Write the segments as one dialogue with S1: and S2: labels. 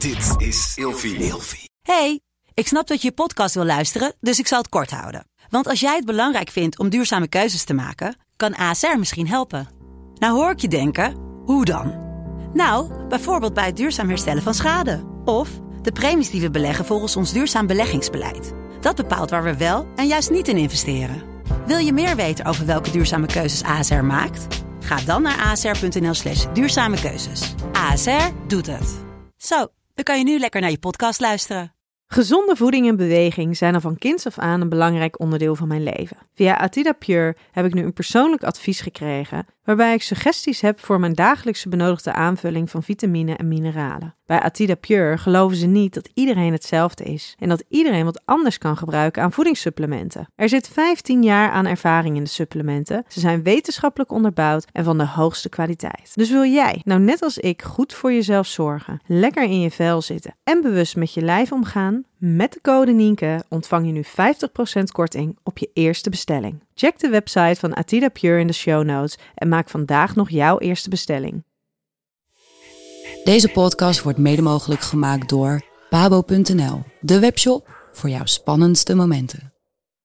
S1: Dit is Ilfie.
S2: Hey, ik snap dat je je podcast wil luisteren, dus ik zal het kort houden. Want als jij het belangrijk vindt om duurzame keuzes te maken, kan ASR misschien helpen. Nou hoor ik je denken, hoe dan? Nou, bijvoorbeeld bij het duurzaam herstellen van schade. Of de premies die we beleggen volgens ons duurzaam beleggingsbeleid. Dat bepaalt waar we wel en juist niet in investeren. Wil je meer weten over welke duurzame keuzes ASR maakt? Ga dan naar asr.nl/duurzame keuzes. ASR doet het. Zo, dan kan je nu lekker naar je podcast luisteren.
S3: Gezonde voeding en beweging zijn al van kinds af aan een belangrijk onderdeel van mijn leven. Via Atida Pure heb ik nu een persoonlijk advies gekregen, waarbij ik suggesties heb voor mijn dagelijkse benodigde aanvulling van vitamine en mineralen. Bij Atida Pure geloven ze niet dat iedereen hetzelfde is en dat iedereen wat anders kan gebruiken aan voedingssupplementen. Er zit 15 jaar aan ervaring in de supplementen, ze zijn wetenschappelijk onderbouwd en van de hoogste kwaliteit. Dus wil jij, nou net als ik, goed voor jezelf zorgen, lekker in je vel zitten en bewust met je lijf omgaan? Met de code Nienke ontvang je nu 50% korting op je eerste bestelling. Check de website van Atida Pure in de show notes en maak vandaag nog jouw eerste bestelling.
S4: Deze podcast wordt mede mogelijk gemaakt door Pabo.nl, de webshop voor jouw spannendste momenten.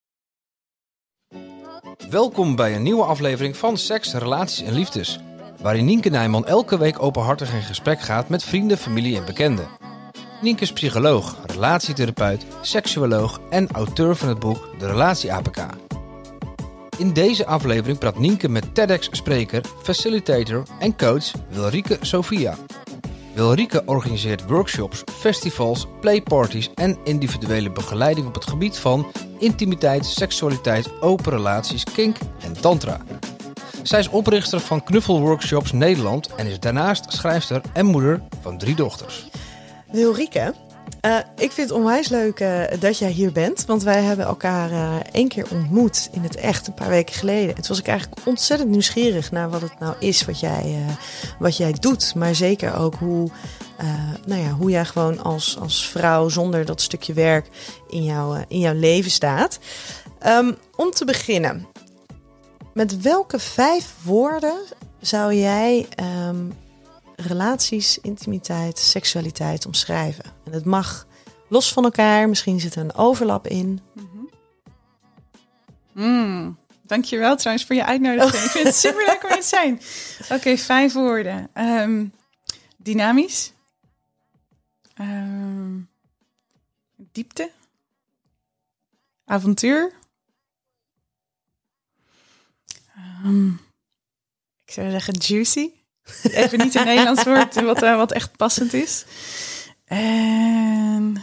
S5: Welkom bij een nieuwe aflevering van Seks, Relaties en Liefdes, waarin Nienke Nijman elke week openhartig in gesprek gaat met vrienden, familie en bekenden. Nienke is psycholoog, relatietherapeut, seksuoloog en auteur van het boek De Relatie APK. In deze aflevering praat Nienke met TEDx-spreker, facilitator en coach Wilrike Sophia. Wilrike organiseert workshops, festivals, playparties en individuele begeleiding op het gebied van intimiteit, seksualiteit, open relaties, kink en tantra. Zij is oprichter van Knuffelworkshops Nederland en is daarnaast schrijfster en moeder van 3 dochters.
S6: Wilrike, ik vind het onwijs leuk dat jij hier bent. Want wij hebben elkaar 1 keer ontmoet in het echt een paar weken geleden. En toen was ik eigenlijk ontzettend nieuwsgierig naar wat het nou is wat jij doet. Maar zeker ook hoe jij gewoon als vrouw zonder dat stukje werk in jouw leven staat. Om te beginnen, met welke 5 woorden zou jij relaties, intimiteit, seksualiteit omschrijven? En het mag los van elkaar, misschien zit er een overlap in.
S7: Dankjewel trouwens voor je uitnodiging. Ik vind het super leuk om hier te zijn. Oké, 5 woorden. Dynamisch. Diepte. Avontuur. Ik zou zeggen juicy. Even niet een Nederlands woord wat echt passend is. En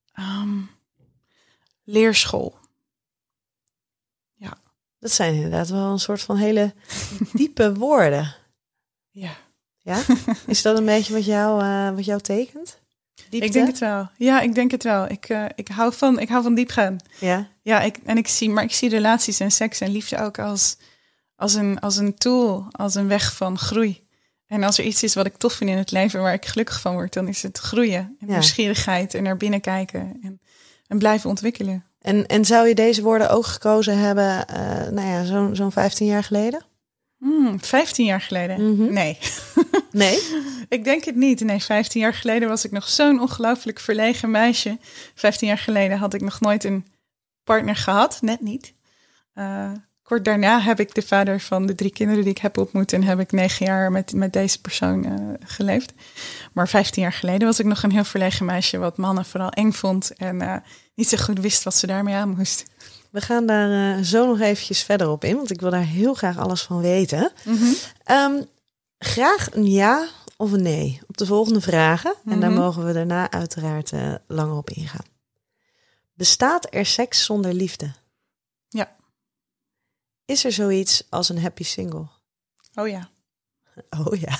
S7: leerschool. Ja.
S6: Dat zijn inderdaad wel een soort van hele diepe woorden.
S7: Ja.
S6: Ja? Is dat een beetje wat jou tekent? Diepte?
S7: Ik denk het wel. Ja, ik denk het wel. Ik hou van diep gaan.
S6: Ja.
S7: Ja, ik zie relaties en seks en liefde ook als een tool, als een weg van groei. En als er iets is wat ik tof vind in het leven waar ik gelukkig van word, dan is het groeien en nieuwsgierigheid en naar binnen kijken en blijven ontwikkelen.
S6: En zou je deze woorden ook gekozen hebben, zo'n 15 jaar geleden?
S7: 15 jaar geleden?
S6: Mm-hmm.
S7: Nee.
S6: Nee?
S7: Ik denk het niet. Nee, 15 jaar geleden was ik nog zo'n ongelooflijk verlegen meisje. 15 jaar geleden had ik nog nooit een partner gehad, net niet. Kort daarna heb ik de vader van de 3 kinderen die ik heb ontmoet en heb ik 9 jaar met deze persoon geleefd. Maar 15 jaar geleden was ik nog een heel verlegen meisje wat mannen vooral eng vond en niet zo goed wist wat ze daarmee aan moest.
S6: We gaan daar zo nog eventjes verder op in, want ik wil daar heel graag alles van weten. Mm-hmm. Graag een ja of een nee op de volgende vragen. En daar mogen we daarna uiteraard langer op ingaan. Bestaat er seks zonder liefde?
S7: Ja.
S6: Is er zoiets als een happy single?
S7: Oh ja.
S6: Oh ja.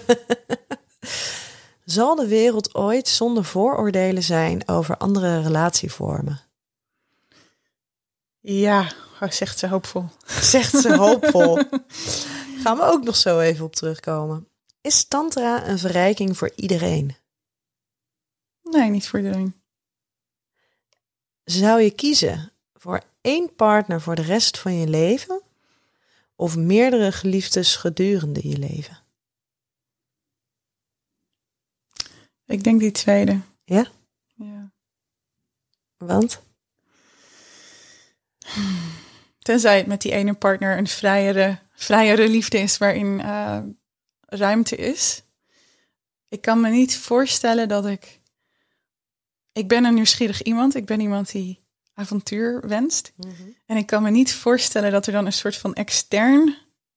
S6: Zal de wereld ooit zonder vooroordelen zijn over andere relatievormen?
S7: Ja, zegt ze hoopvol.
S6: Zegt ze hoopvol. Gaan we ook nog zo even op terugkomen. Is tantra een verrijking voor iedereen?
S7: Nee, niet voor iedereen.
S6: Zou je kiezen voor 1 partner voor de rest van je leven of meerdere geliefdes gedurende je leven?
S7: Ik denk die tweede.
S6: Ja?
S7: Ja.
S6: Want?
S7: Tenzij het met die ene partner een vrijere liefde is waarin ruimte is. Ik kan me niet voorstellen dat ik ben een nieuwsgierig iemand. Ik ben iemand die avontuur wenst. Mm-hmm. En ik kan me niet voorstellen dat er dan een soort van externe...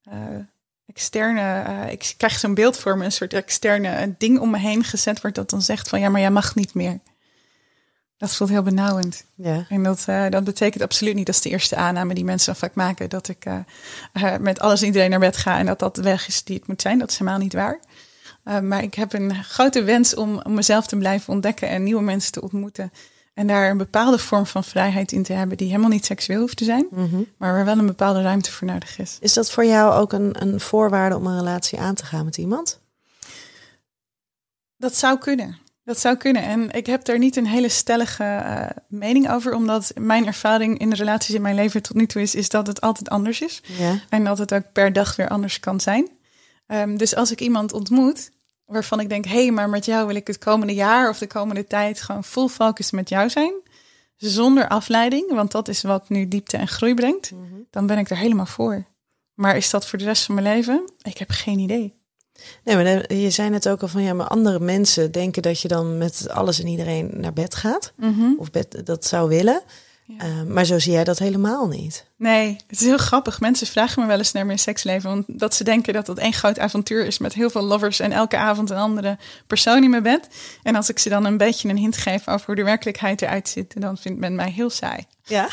S7: ik krijg zo'n beeld voor me, een soort externe ding om me heen gezet wordt dat dan zegt van ja, maar jij mag niet meer. Dat voelt heel benauwend. Ja. En dat betekent absoluut niet, dat is de eerste aanname die mensen dan vaak maken, dat ik met alles en iedereen naar bed ga en dat de weg is die het moet zijn. Dat is helemaal niet waar. Maar ik heb een grote wens om mezelf te blijven ontdekken en nieuwe mensen te ontmoeten. En daar een bepaalde vorm van vrijheid in te hebben die helemaal niet seksueel hoeft te zijn. Mm-hmm. Maar waar wel een bepaalde ruimte voor nodig is.
S6: Is dat voor jou ook een voorwaarde om een relatie aan te gaan met iemand?
S7: Dat zou kunnen. En ik heb daar niet een hele stellige mening over. Omdat mijn ervaring in de relaties in mijn leven tot nu toe is dat het altijd anders is. Ja. En dat het ook per dag weer anders kan zijn. Dus als ik iemand ontmoet waarvan ik denk, hé, maar met jou wil ik het komende jaar of de komende tijd gewoon full focus met jou zijn. Zonder afleiding, want dat is wat nu diepte en groei brengt. Mm-hmm. Dan ben ik er helemaal voor. Maar is dat voor de rest van mijn leven? Ik heb geen idee.
S6: Nee, maar je zei net ook al van ja, maar andere mensen denken dat je dan met alles en iedereen naar bed gaat. Mm-hmm. Of dat zou willen. Ja. Maar zo zie jij dat helemaal niet.
S7: Nee, het is heel grappig. Mensen vragen me wel eens naar mijn seksleven. Want dat ze denken dat dat één groot avontuur is met heel veel lovers en elke avond een andere persoon in mijn bed. En als ik ze dan een beetje een hint geef over hoe de werkelijkheid eruit ziet, dan vindt men mij heel saai.
S6: Ja?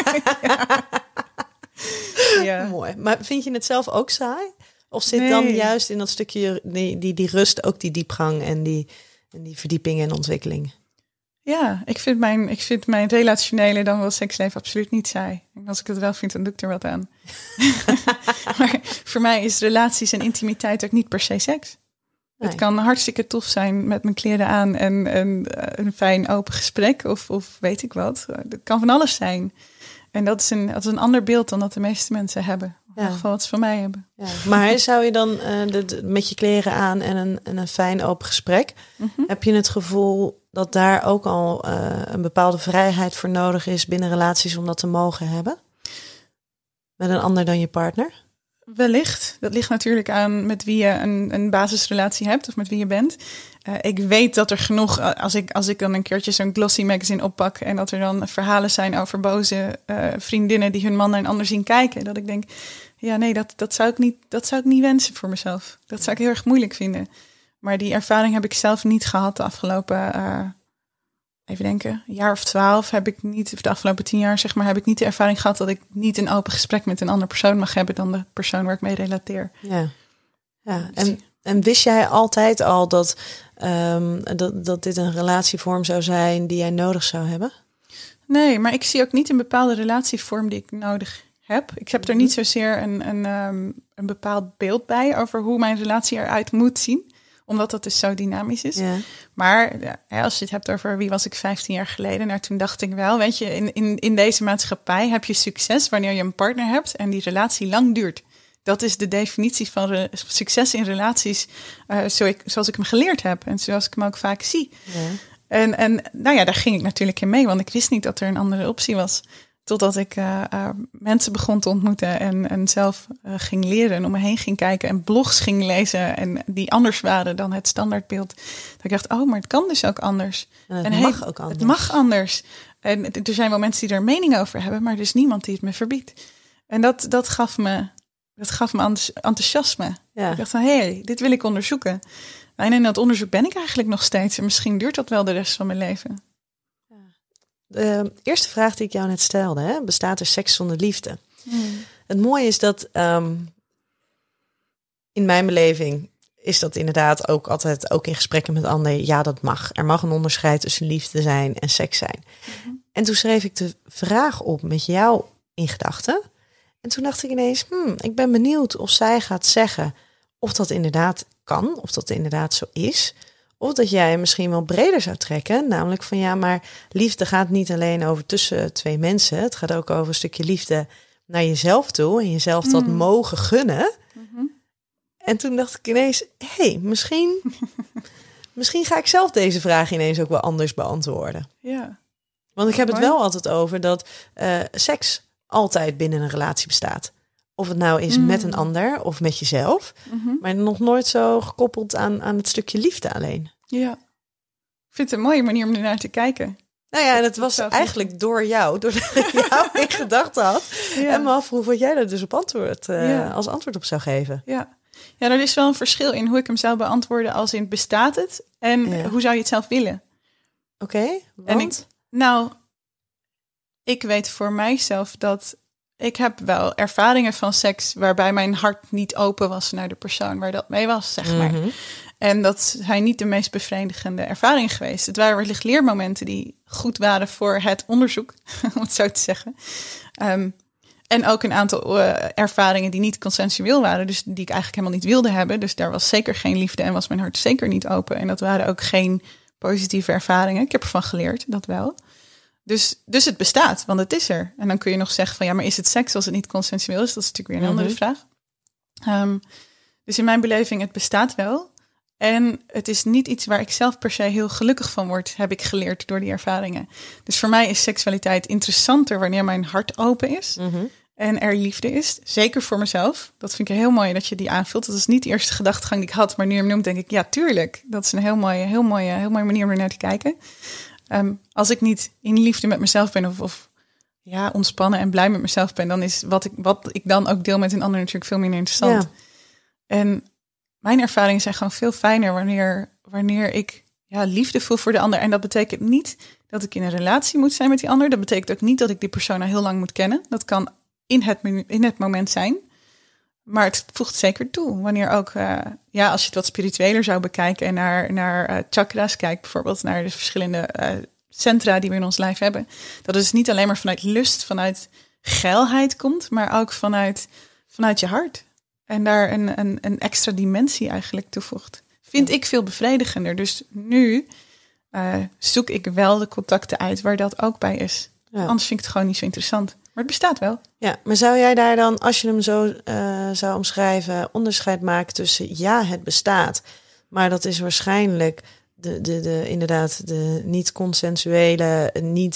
S6: Ja. Mooi. Maar vind je het zelf ook saai? Of zit dan juist in dat stukje die rust ook die diepgang en die verdieping en ontwikkeling?
S7: Ja, ik vind mijn relationele dan wel seksleven absoluut niet saai. En als ik het wel vind, dan doe ik er wat aan. Maar voor mij is relaties en intimiteit ook niet per se seks. Nee. Het kan hartstikke tof zijn met mijn kleren aan en een fijn open gesprek of weet ik wat. Het kan van alles zijn. En dat is een ander beeld dan dat de meeste mensen hebben. In ieder geval wat ze van mij hebben.
S6: Ja. Maar zou je dan met je kleren aan en een fijn open gesprek... Mm-hmm. Heb je het gevoel dat daar ook al een bepaalde vrijheid voor nodig is binnen relaties om dat te mogen hebben? Met een ander dan je partner?
S7: Wellicht. Dat ligt natuurlijk aan met wie je een basisrelatie hebt of met wie je bent. Ik weet dat er genoeg, als ik dan een keertje zo'n glossy magazine oppak en dat er dan verhalen zijn over boze vriendinnen die hun man naar een ander zien kijken. Dat ik denk, ja nee, dat zou ik niet wensen voor mezelf. Dat zou ik heel erg moeilijk vinden. Maar die ervaring heb ik zelf niet gehad de afgelopen, even denken, een jaar of 12 heb ik niet, of de afgelopen 10 jaar zeg maar, heb ik niet de ervaring gehad dat ik niet een open gesprek met een andere persoon mag hebben dan de persoon waar ik mee relateer.
S6: Ja. En wist jij altijd al dat dit een relatievorm zou zijn die jij nodig zou hebben?
S7: Nee, maar ik zie ook niet een bepaalde relatievorm die ik nodig heb. Ik heb er niet zozeer een bepaald beeld bij over hoe mijn relatie eruit moet zien. Omdat dat dus zo dynamisch is. Ja. Maar als je het hebt over wie was ik 15 jaar geleden. Nou, toen dacht ik wel, weet je, in deze maatschappij heb je succes wanneer je een partner hebt en die relatie lang duurt. Dat is de definitie van succes in relaties zoals ik hem geleerd heb. En zoals ik hem ook vaak zie. Ja. En nou ja, daar ging ik natuurlijk in mee. Want ik wist niet dat er een andere optie was. Totdat ik mensen begon te ontmoeten en zelf ging leren en om me heen ging kijken en blogs ging lezen en die anders waren dan het standaardbeeld. Dat ik dacht, oh, maar het kan dus ook anders.
S6: En het mag ook anders.
S7: Het mag anders. En er zijn wel mensen die er een mening over hebben, maar er is niemand die het me verbiedt. En dat gaf me enthousiasme. Ja. Ik dacht van, hé, dit wil ik onderzoeken. En in dat onderzoek ben ik eigenlijk nog steeds. En misschien duurt dat wel de rest van mijn leven.
S6: De eerste vraag die ik jou net stelde, hè? Bestaat er seks zonder liefde? Het mooie is dat in mijn beleving is dat inderdaad ook altijd, ook in gesprekken met anderen, ja, dat mag. Er mag een onderscheid tussen liefde zijn en seks zijn. Mm-hmm. En toen schreef ik de vraag op met jou in gedachten. En toen dacht ik ineens, ik ben benieuwd of zij gaat zeggen of dat inderdaad kan, of dat inderdaad zo is. Of dat jij misschien wel breder zou trekken. Namelijk van ja, maar liefde gaat niet alleen over tussen twee mensen. Het gaat ook over een stukje liefde naar jezelf toe. En jezelf dat mogen gunnen. Mm-hmm. En toen dacht ik ineens, misschien misschien ga ik zelf deze vraag ineens ook wel anders beantwoorden.
S7: Ja.
S6: Want ik heb het
S7: Mooi.
S6: wel altijd over dat seks altijd binnen een relatie bestaat. Of het nou is met een ander of met jezelf. Maar nog nooit zo gekoppeld aan het stukje liefde alleen.
S7: Ja. Ik vind het een mooie manier om ernaar te kijken.
S6: Nou ja, en het was
S7: zelf
S6: eigenlijk door jou, doordat ik jou in gedachten had.
S7: Ja.
S6: En me afvroeg wat jij daar dus op als antwoord op zou geven.
S7: Ja, er is wel een verschil in hoe ik hem zou beantwoorden als in bestaat het en hoe zou je het zelf willen.
S6: Oké, want?
S7: Ik weet voor mijzelf dat ik heb wel ervaringen van seks waarbij mijn hart niet open was naar de persoon waar dat mee was, zeg maar. En dat zijn niet de meest bevredigende ervaringen geweest. Het waren wellicht leermomenten die goed waren voor het onderzoek, om het zo te zeggen. En ook een aantal ervaringen die niet consensueel waren. Dus die ik eigenlijk helemaal niet wilde hebben. Dus daar was zeker geen liefde en was mijn hart zeker niet open. En dat waren ook geen positieve ervaringen. Ik heb ervan geleerd, dat wel. Dus het bestaat, want het is er. En dan kun je nog zeggen van ja, maar is het seks als het niet consensueel is? Dat is natuurlijk weer een andere vraag. Dus in mijn beleving, het bestaat wel. En het is niet iets waar ik zelf per se heel gelukkig van word, heb ik geleerd door die ervaringen. Dus voor mij is seksualiteit interessanter wanneer mijn hart open is. En er liefde is. Zeker voor mezelf. Dat vind ik heel mooi dat je die aanvult. Dat is niet de eerste gedachtegang die ik had. Maar nu je hem noemt, denk ik, ja, tuurlijk. Dat is een heel mooie manier om er naar te kijken. Als ik niet in liefde met mezelf ben of ontspannen en blij met mezelf ben, dan is wat ik dan ook deel met een ander natuurlijk veel minder interessant. Ja. En mijn ervaringen zijn gewoon veel fijner wanneer ik liefde voel voor de ander. En dat betekent niet dat ik in een relatie moet zijn met die ander. Dat betekent ook niet dat ik die persoon heel lang moet kennen. Dat kan in het moment zijn. Maar het voegt zeker toe. Wanneer ook, als je het wat spiritueler zou bekijken en naar chakra's kijkt, bijvoorbeeld naar de verschillende centra die we in ons lijf hebben. Dat het dus niet alleen maar vanuit lust, vanuit geilheid komt, maar ook vanuit je hart. En daar een extra dimensie eigenlijk toevoegt. Vind ik veel bevredigender. Dus nu zoek ik wel de contacten uit waar dat ook bij is. Ja. Anders vind ik het gewoon niet zo interessant. Maar het bestaat wel. Ja,
S6: maar zou jij daar dan, als je hem zo zou omschrijven, onderscheid maken tussen het bestaat, maar dat is waarschijnlijk inderdaad de niet consensuele,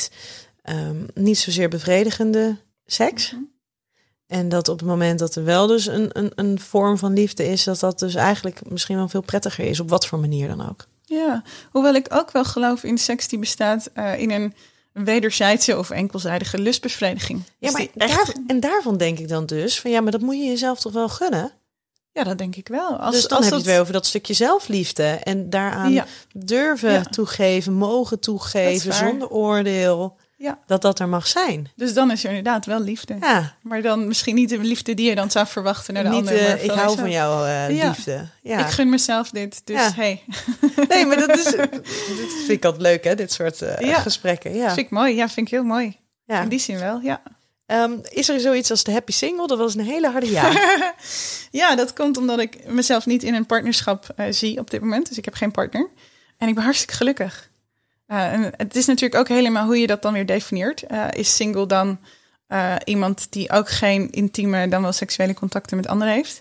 S6: niet zozeer bevredigende seks. En dat op het moment dat er wel dus een vorm van liefde is, dat dus eigenlijk misschien wel veel prettiger is, op wat voor manier dan ook.
S7: Ja, hoewel ik ook wel geloof in seks die bestaat in een wederzijdse of enkelzijdige lustbevrediging.
S6: Ja, maar daarvan denk ik dan dus van maar dat moet je jezelf toch wel gunnen?
S7: Ja, dat denk ik wel.
S6: Dus dan heb je het weer over dat stukje zelfliefde en daaraan durven toegeven, mogen toegeven, zonder oordeel. Ja. Dat er mag zijn.
S7: Dus dan is er inderdaad wel liefde. Ja. Maar dan misschien niet de liefde die je dan zou verwachten naar de ander. Maar
S6: ik hou van jou liefde. Ja.
S7: Ik gun mezelf dit, dus hey.
S6: Nee, maar dit vind ik altijd leuk, hè? Dit soort gesprekken. Ja.
S7: Dat vind ik mooi. Ja, vind ik heel mooi. Ja. In die zin wel, ja.
S6: Is er zoiets als de happy single? Dat was een hele harde ja.
S7: Ja, dat komt omdat ik mezelf niet in een partnerschap zie op dit moment. Dus ik heb geen partner. En ik ben hartstikke gelukkig. En het is natuurlijk ook helemaal hoe je dat dan weer definieert. Is single dan iemand die ook geen intieme, dan wel seksuele contacten met anderen heeft?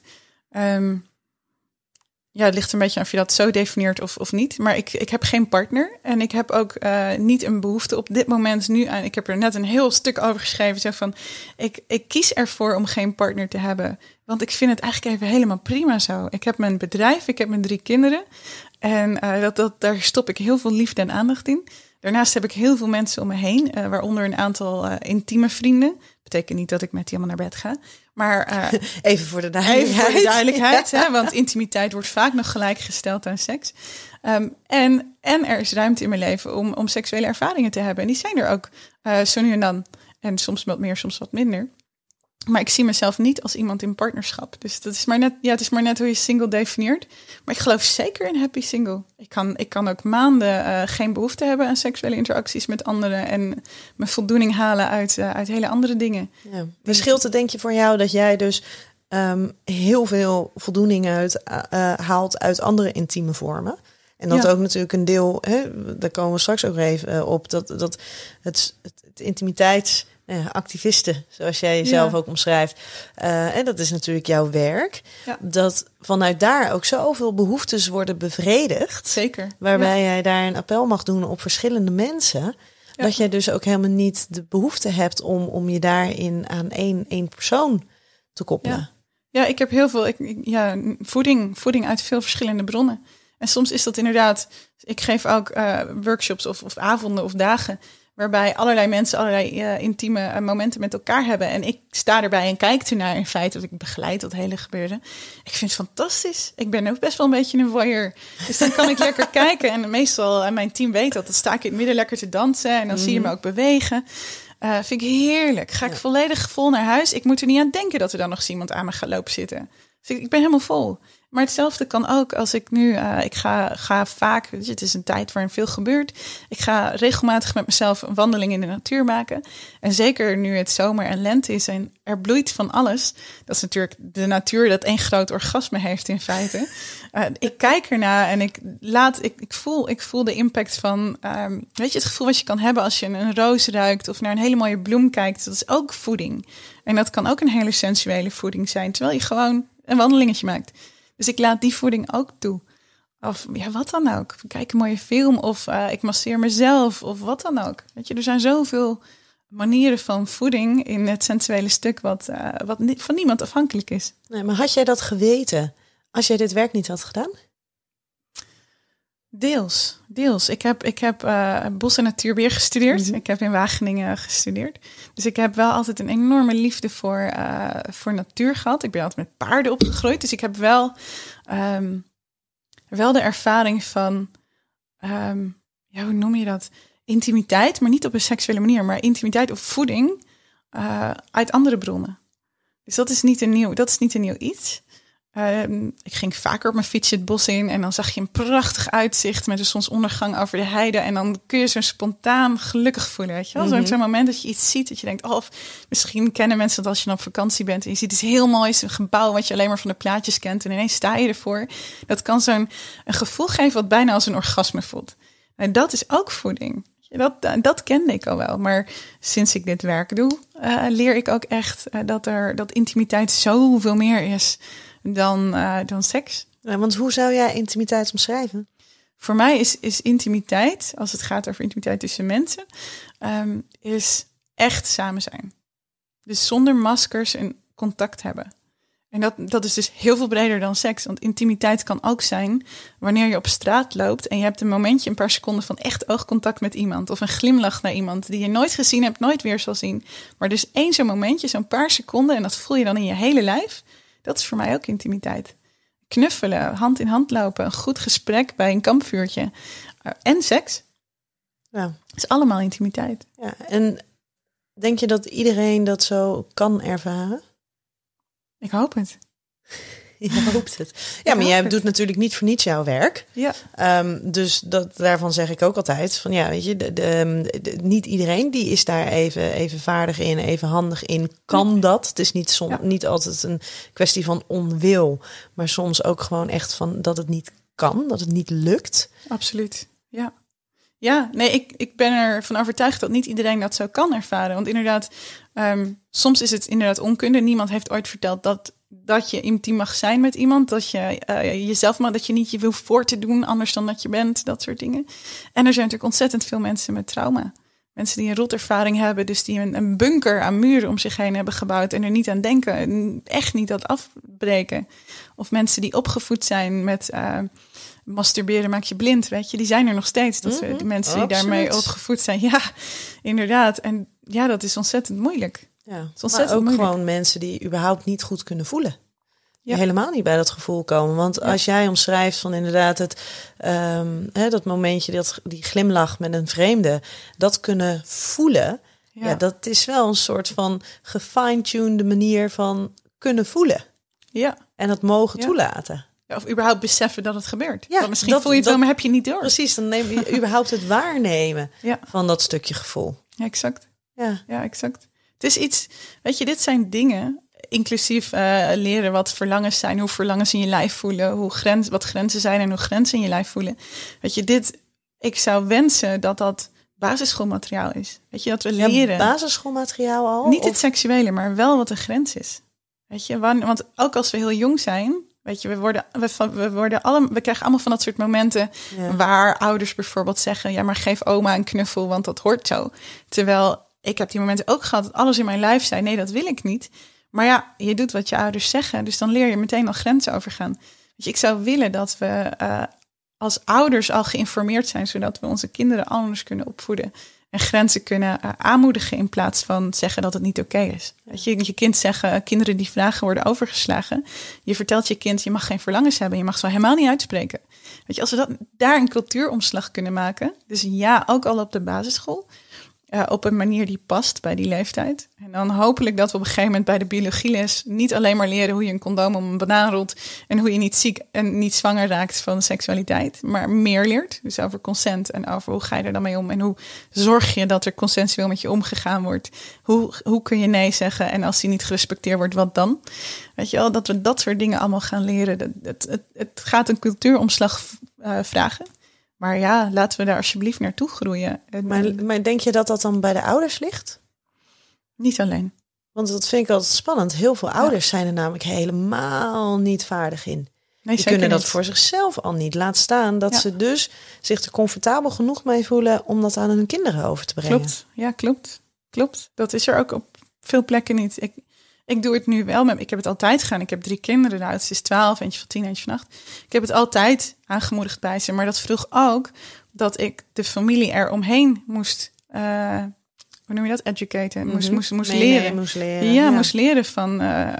S7: Het ligt een beetje aan of je dat zo definieert of niet. Maar ik heb geen partner. En ik heb ook niet een behoefte op dit moment nu aan. Ik heb er net een heel stuk over geschreven. Zo van, ik kies ervoor om geen partner te hebben. Want ik vind het eigenlijk even helemaal prima zo. Ik heb mijn bedrijf, ik heb mijn 3 kinderen. En daar stop ik heel veel liefde en aandacht in. Daarnaast heb ik heel veel mensen om me heen, waaronder een aantal intieme vrienden. Betekent niet dat ik met die allemaal naar bed ga. Maar
S6: even voor de duidelijkheid.
S7: Hè, want intimiteit wordt vaak nog gelijkgesteld aan seks. En er is ruimte in mijn leven om seksuele ervaringen te hebben. En die zijn er ook zo nu en dan. En soms wat meer, soms wat minder. Maar ik zie mezelf niet als iemand in partnerschap. Dus dat is maar net, het is maar net hoe je single definieert. Maar ik geloof zeker in happy single. Ik kan ook maanden geen behoefte hebben aan seksuele interacties met anderen. En mijn voldoening halen uit hele andere dingen.
S6: Ja. Verschilt het, denk je, voor jou dat jij dus heel veel voldoening haalt uit andere intieme vormen? En dat ook natuurlijk een deel, daar komen we straks ook even op, dat het intimiteits activiste, zoals jij jezelf ook omschrijft. En dat is natuurlijk jouw werk.
S7: Ja.
S6: Dat vanuit daar ook zoveel behoeftes worden bevredigd.
S7: Zeker.
S6: Waarbij jij daar een appel mag doen op verschillende mensen.
S7: Ja.
S6: Dat jij dus ook helemaal niet de behoefte hebt om je daarin aan één persoon te koppelen.
S7: Ja, ik heb heel veel voeding uit veel verschillende bronnen. En soms is dat inderdaad, ik geef ook workshops of avonden of dagen, waarbij allerlei mensen allerlei intieme momenten met elkaar hebben. En ik sta erbij en kijk ernaar in feite, of ik begeleid dat hele gebeuren. Ik vind het fantastisch. Ik ben ook best wel een beetje een voyeur. Dus dan kan ik lekker kijken. En meestal, mijn team weet dat, dan sta ik in het midden lekker te dansen. En dan zie je me ook bewegen. Vind ik heerlijk. Ga ik volledig vol naar huis. Ik moet er niet aan denken dat er dan nog eens iemand aan me gaat lopen zitten. Dus ik ben helemaal vol. Maar hetzelfde kan ook als ik nu, ik ga vaak, weet je, het is een tijd waarin veel gebeurt. Ik ga regelmatig met mezelf een wandeling in de natuur maken. En zeker nu het zomer en lente is en er bloeit van alles. Dat is natuurlijk de natuur dat één groot orgasme heeft in feite. Ik kijk ernaar en ik voel de impact van, weet je, het gevoel wat je kan hebben als je een roos ruikt of naar een hele mooie bloem kijkt. Dat is ook voeding. En dat kan ook een hele sensuele voeding zijn, terwijl je gewoon een wandelingetje maakt. Dus ik laat die voeding ook toe. Of ja, wat dan ook. Ik kijk een mooie film of ik masseer mezelf of wat dan ook. Weet je, er zijn zoveel manieren van voeding in het sensuele stuk wat van niemand afhankelijk is.
S6: Nee, maar had jij dat geweten als jij dit werk niet had gedaan? Deels.
S7: Ik heb bos- en natuurbeheer gestudeerd. Mm-hmm. Ik heb in Wageningen gestudeerd. Dus ik heb wel altijd een enorme liefde voor natuur gehad. Ik ben altijd met paarden opgegroeid. Dus ik heb wel de ervaring van, hoe noem je dat? Intimiteit, maar niet op een seksuele manier. Maar intimiteit of voeding uit andere bronnen. Dus dat is niet een nieuw iets. Ik ging vaker op mijn fietsje het bos in en dan zag je een prachtig uitzicht met de zonsondergang over de heide. En dan kun je zo spontaan gelukkig voelen, weet je wel? Mm-hmm. Zo'n moment dat je iets ziet dat je denkt, of misschien kennen mensen dat als je dan op vakantie bent en je ziet iets heel moois, een gebouw wat je alleen maar van de plaatjes kent en ineens sta je ervoor. Dat kan een gevoel geven wat bijna als een orgasme voelt. En dat is ook voeding. Dat kende ik al wel, maar sinds ik dit werk doe, leer ik ook echt dat intimiteit zoveel meer is dan seks.
S6: Ja, want hoe zou jij intimiteit omschrijven?
S7: Voor mij is intimiteit, als het gaat over intimiteit tussen mensen, is echt samen zijn. Dus zonder maskers en contact hebben. En dat is dus heel veel breder dan seks. Want intimiteit kan ook zijn wanneer je op straat loopt en je hebt een momentje, een paar seconden van echt oogcontact met iemand. Of een glimlach naar iemand die je nooit gezien hebt, nooit weer zal zien. Maar dus één zo'n momentje, zo'n paar seconden, en dat voel je dan in je hele lijf. Dat is voor mij ook intimiteit. Knuffelen, hand in hand lopen, een goed gesprek bij een kampvuurtje. En seks. Ja. is allemaal intimiteit.
S6: Ja, en denk je dat iedereen dat zo kan ervaren?
S7: Ik hoop het.
S6: Je hoopt het. Ja, maar jij doet natuurlijk niet voor niets jouw werk.
S7: Ja.
S6: Dus daarvan zeg ik ook altijd van ja, weet je, niet iedereen die is daar even vaardig in, even handig in. Kan dat? Het is niet altijd een kwestie van onwil, maar soms ook gewoon echt van dat het niet kan, dat het niet lukt.
S7: Absoluut. Ja. Ja, nee, ik ben ervan overtuigd dat niet iedereen dat zo kan ervaren. Want inderdaad, soms is het inderdaad onkunde. Niemand heeft ooit verteld dat je intiem mag zijn met iemand. Dat je jezelf mag, dat je niet je wil voor te doen anders dan dat je bent. Dat soort dingen. En er zijn natuurlijk ontzettend veel mensen met trauma. Mensen die een rotervaring hebben, dus die een bunker aan muren om zich heen hebben gebouwd en er niet aan denken. Echt niet dat afbreken. Of mensen die opgevoed zijn met masturberen maak je blind, weet je. Die zijn er nog steeds. Dat de mensen die daarmee opgevoed zijn. Ja, inderdaad. En ja, dat is ontzettend moeilijk.
S6: Ja, maar ook moeilijk. Gewoon mensen die überhaupt niet goed kunnen voelen. Ja. Helemaal niet bij dat gevoel komen. Want als jij omschrijft van inderdaad dat momentje, die glimlach met een vreemde, dat kunnen voelen. Ja, dat is wel een soort van gefine-tuned manier van kunnen voelen.
S7: Ja.
S6: En dat mogen toelaten.
S7: Ja, of überhaupt beseffen dat het gebeurt. Ja, misschien voel je het wel, maar heb je niet door.
S6: Precies, dan neem je überhaupt het waarnemen van dat stukje gevoel.
S7: Ja, exact.
S6: Ja,
S7: exact. Het is iets, weet je, dit zijn dingen, inclusief leren wat verlangens zijn, hoe verlangens in je lijf voelen, wat grenzen zijn en hoe grenzen in je lijf voelen. Weet je, ik zou wensen dat basisschoolmateriaal is. Weet je, dat we leren.
S6: Basisschoolmateriaal al?
S7: Niet het seksuele, maar wel wat een grens is. Weet je, want ook als we heel jong zijn, weet je, we krijgen allemaal van dat soort momenten waar ouders bijvoorbeeld zeggen, ja, maar geef oma een knuffel, want dat hoort zo. Terwijl ik heb die momenten ook gehad dat alles in mijn lijf zei, nee, dat wil ik niet. Maar ja, je doet wat je ouders zeggen, dus dan leer je meteen al grenzen overgaan. Weet je, ik zou willen dat we als ouders al geïnformeerd zijn, zodat we onze kinderen anders kunnen opvoeden en grenzen kunnen aanmoedigen in plaats van zeggen dat het niet oké is. Weet je kind zeggen, kinderen die vragen worden overgeslagen. Je vertelt je kind, je mag geen verlangens hebben, je mag ze helemaal niet uitspreken. Weet je, als we daar een cultuuromslag kunnen maken, dus ja, ook al op de basisschool, op een manier die past bij die leeftijd. En dan hopelijk dat we op een gegeven moment bij de biologieles niet alleen maar leren hoe je een condoom om een banaan rolt en hoe je niet ziek en niet zwanger raakt van seksualiteit, maar meer leert. Dus over consent en over hoe ga je er dan mee om en hoe zorg je dat er consensueel met je omgegaan wordt. Hoe kun je nee zeggen en als die niet gerespecteerd wordt, wat dan? Weet je wel, dat we dat soort dingen allemaal gaan leren. Het gaat een cultuuromslag vragen. Maar ja, laten we daar alsjeblieft naartoe groeien.
S6: Maar denk je dat dat dan bij de ouders ligt?
S7: Niet alleen.
S6: Want dat vind ik altijd spannend. Heel veel ouders zijn er namelijk helemaal niet vaardig in.
S7: Nee,
S6: die kunnen dat
S7: niet.
S6: voor zichzelf al niet. Laat staan dat ze dus zich er comfortabel genoeg mee voelen om dat aan hun kinderen over te brengen.
S7: Klopt, ja, klopt. Dat is er ook op veel plekken niet. Ik doe het nu wel. Ik heb het altijd gedaan. Ik heb 3 kinderen. De oudste is 12, eentje van 10, eentje van 8. Ik heb het altijd aangemoedigd bij ze. Maar dat vroeg ook dat ik de familie eromheen moest... hoe noem je dat? Educaten. Moest leren.
S6: Moest leren.
S7: Ja, moest leren van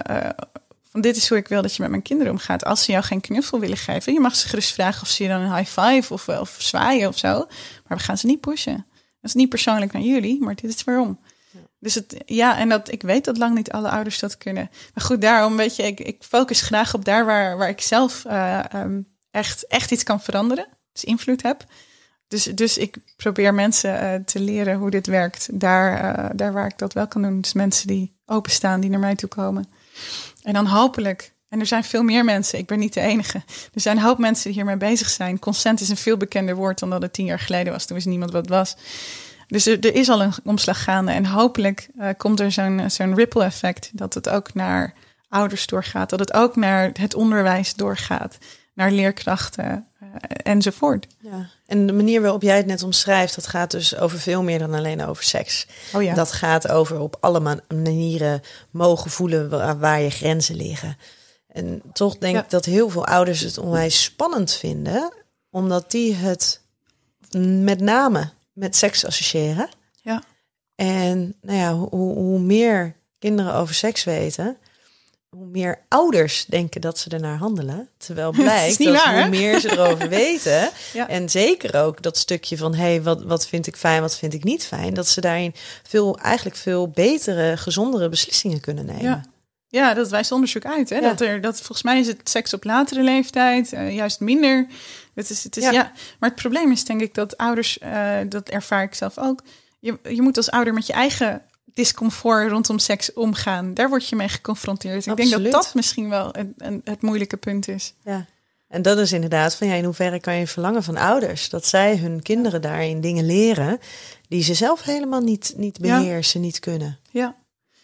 S7: dit is hoe ik wil dat je met mijn kinderen omgaat. Als ze jou geen knuffel willen geven, je mag ze gerust vragen of ze je dan een high five of zwaaien of zo. Maar we gaan ze niet pushen. Dat is niet persoonlijk naar jullie, maar dit is waarom. Dus ik weet dat lang niet alle ouders dat kunnen. Maar goed, daarom weet je, ik focus graag op daar waar ik zelf echt iets kan veranderen. Dus invloed heb. Dus ik probeer mensen te leren hoe dit werkt. Daar waar ik dat wel kan doen. Dus mensen die openstaan, die naar mij toe komen. En dan hopelijk, en er zijn veel meer mensen, ik ben niet de enige. Er zijn een hoop mensen die hiermee bezig zijn. Consent is een veel bekender woord dan dat het 10 jaar geleden was. Toen wist niemand wat het was. Dus er is al een omslag gaande. En hopelijk komt er zo'n ripple effect. Dat het ook naar ouders doorgaat. Dat het ook naar het onderwijs doorgaat. Naar leerkrachten enzovoort. Ja.
S6: En de manier waarop jij het net omschrijft, dat gaat dus over veel meer dan alleen over seks.
S7: Oh ja.
S6: Dat gaat over op alle manieren mogen voelen waar je grenzen liggen. En toch denk ik dat heel veel ouders het onwijs spannend vinden, omdat die het met name met seks associëren.
S7: Ja.
S6: En nou ja, hoe meer kinderen over seks weten, hoe meer ouders denken dat ze ernaar handelen. Terwijl blijkt dat waar, hoe meer ze erover weten. Ja. En zeker ook dat stukje van wat vind ik fijn, wat vind ik niet fijn. Dat ze daarin veel betere, gezondere beslissingen kunnen nemen.
S7: Ja, dat wijst onderzoek uit. Hè? Ja. Dat volgens mij is het seks op latere leeftijd juist minder. Het is. Maar het probleem is denk ik dat ouders, dat ervaar ik zelf ook. Je moet als ouder met je eigen discomfort rondom seks omgaan. Daar word je mee geconfronteerd. Ik denk dat misschien wel het moeilijke punt is. Ja.
S6: En dat is inderdaad van in hoeverre kan je verlangen van ouders dat zij hun kinderen daarin dingen leren die ze zelf helemaal niet beheersen, niet kunnen.
S7: Ja,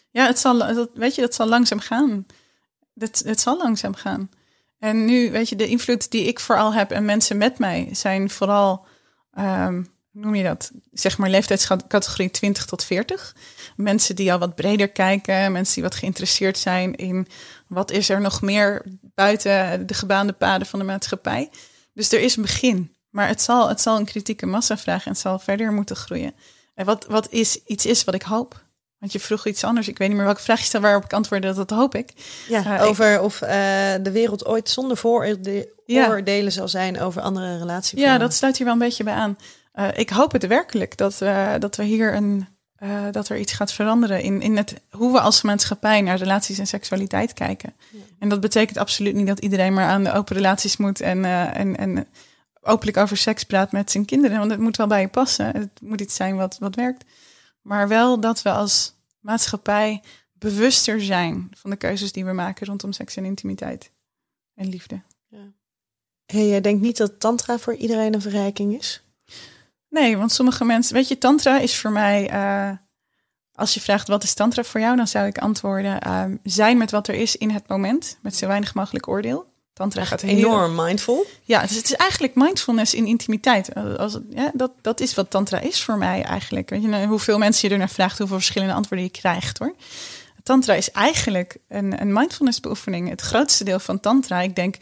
S7: dat zal langzaam gaan. Het zal langzaam gaan. En nu, weet je, de invloed die ik vooral heb en mensen met mij zijn vooral, noem je dat, zeg maar leeftijdscategorie 20 tot 40. Mensen die al wat breder kijken, mensen die wat geïnteresseerd zijn in wat is er nog meer buiten de gebaande paden van de maatschappij. Dus er is een begin, maar het zal een kritieke massa vragen en het zal verder moeten groeien. En wat iets is wat ik hoop. Want je vroeg iets anders. Ik weet niet meer welke vraag je stelde waarop ik antwoordde. Dat hoop ik.
S6: Ja, over of de wereld ooit zonder vooroordelen zal zijn over andere relatievormen.
S7: Ja, dat sluit hier wel een beetje bij aan. Ik hoop het werkelijk dat we hier dat er iets gaat veranderen in hoe we als maatschappij naar relaties en seksualiteit kijken. Ja. En dat betekent absoluut niet dat iedereen maar aan de open relaties moet en openlijk over seks praat met zijn kinderen. Want het moet wel bij je passen. Het moet iets zijn wat werkt. Maar wel dat we als maatschappij bewuster zijn van de keuzes die we maken rondom seks en intimiteit en liefde. Ja.
S6: Hey, jij denkt niet dat tantra voor iedereen een verrijking is?
S7: Nee, want sommige mensen... Weet je, tantra is voor mij... als je vraagt wat is tantra voor jou, dan zou ik antwoorden... zijn met wat er is in het moment, met zo weinig mogelijk oordeel. Tantra gaat
S6: enorm mindful.
S7: Ja, dus het is eigenlijk mindfulness in intimiteit. Dat is wat tantra is voor mij eigenlijk. Weet je, hoeveel mensen je ernaar vraagt, hoeveel verschillende antwoorden je krijgt, hoor. Tantra is eigenlijk een mindfulness beoefening. Het grootste deel van tantra, ik denk 95%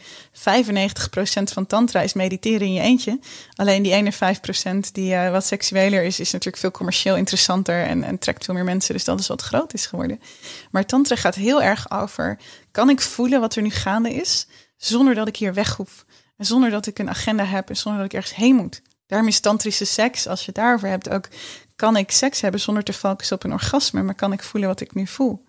S7: van tantra is mediteren in je eentje. Alleen die ene 5% die wat seksueler is natuurlijk veel commercieel interessanter en trekt veel meer mensen. Dus dat is wat groot is geworden. Maar tantra gaat heel erg over, kan ik voelen wat er nu gaande is, zonder dat ik hier weg hoef. En zonder dat ik een agenda heb en zonder dat ik ergens heen moet. Daarom is tantrische seks, als je het daarover hebt, ook kan ik seks hebben zonder te focussen op een orgasme, maar kan ik voelen wat ik nu voel.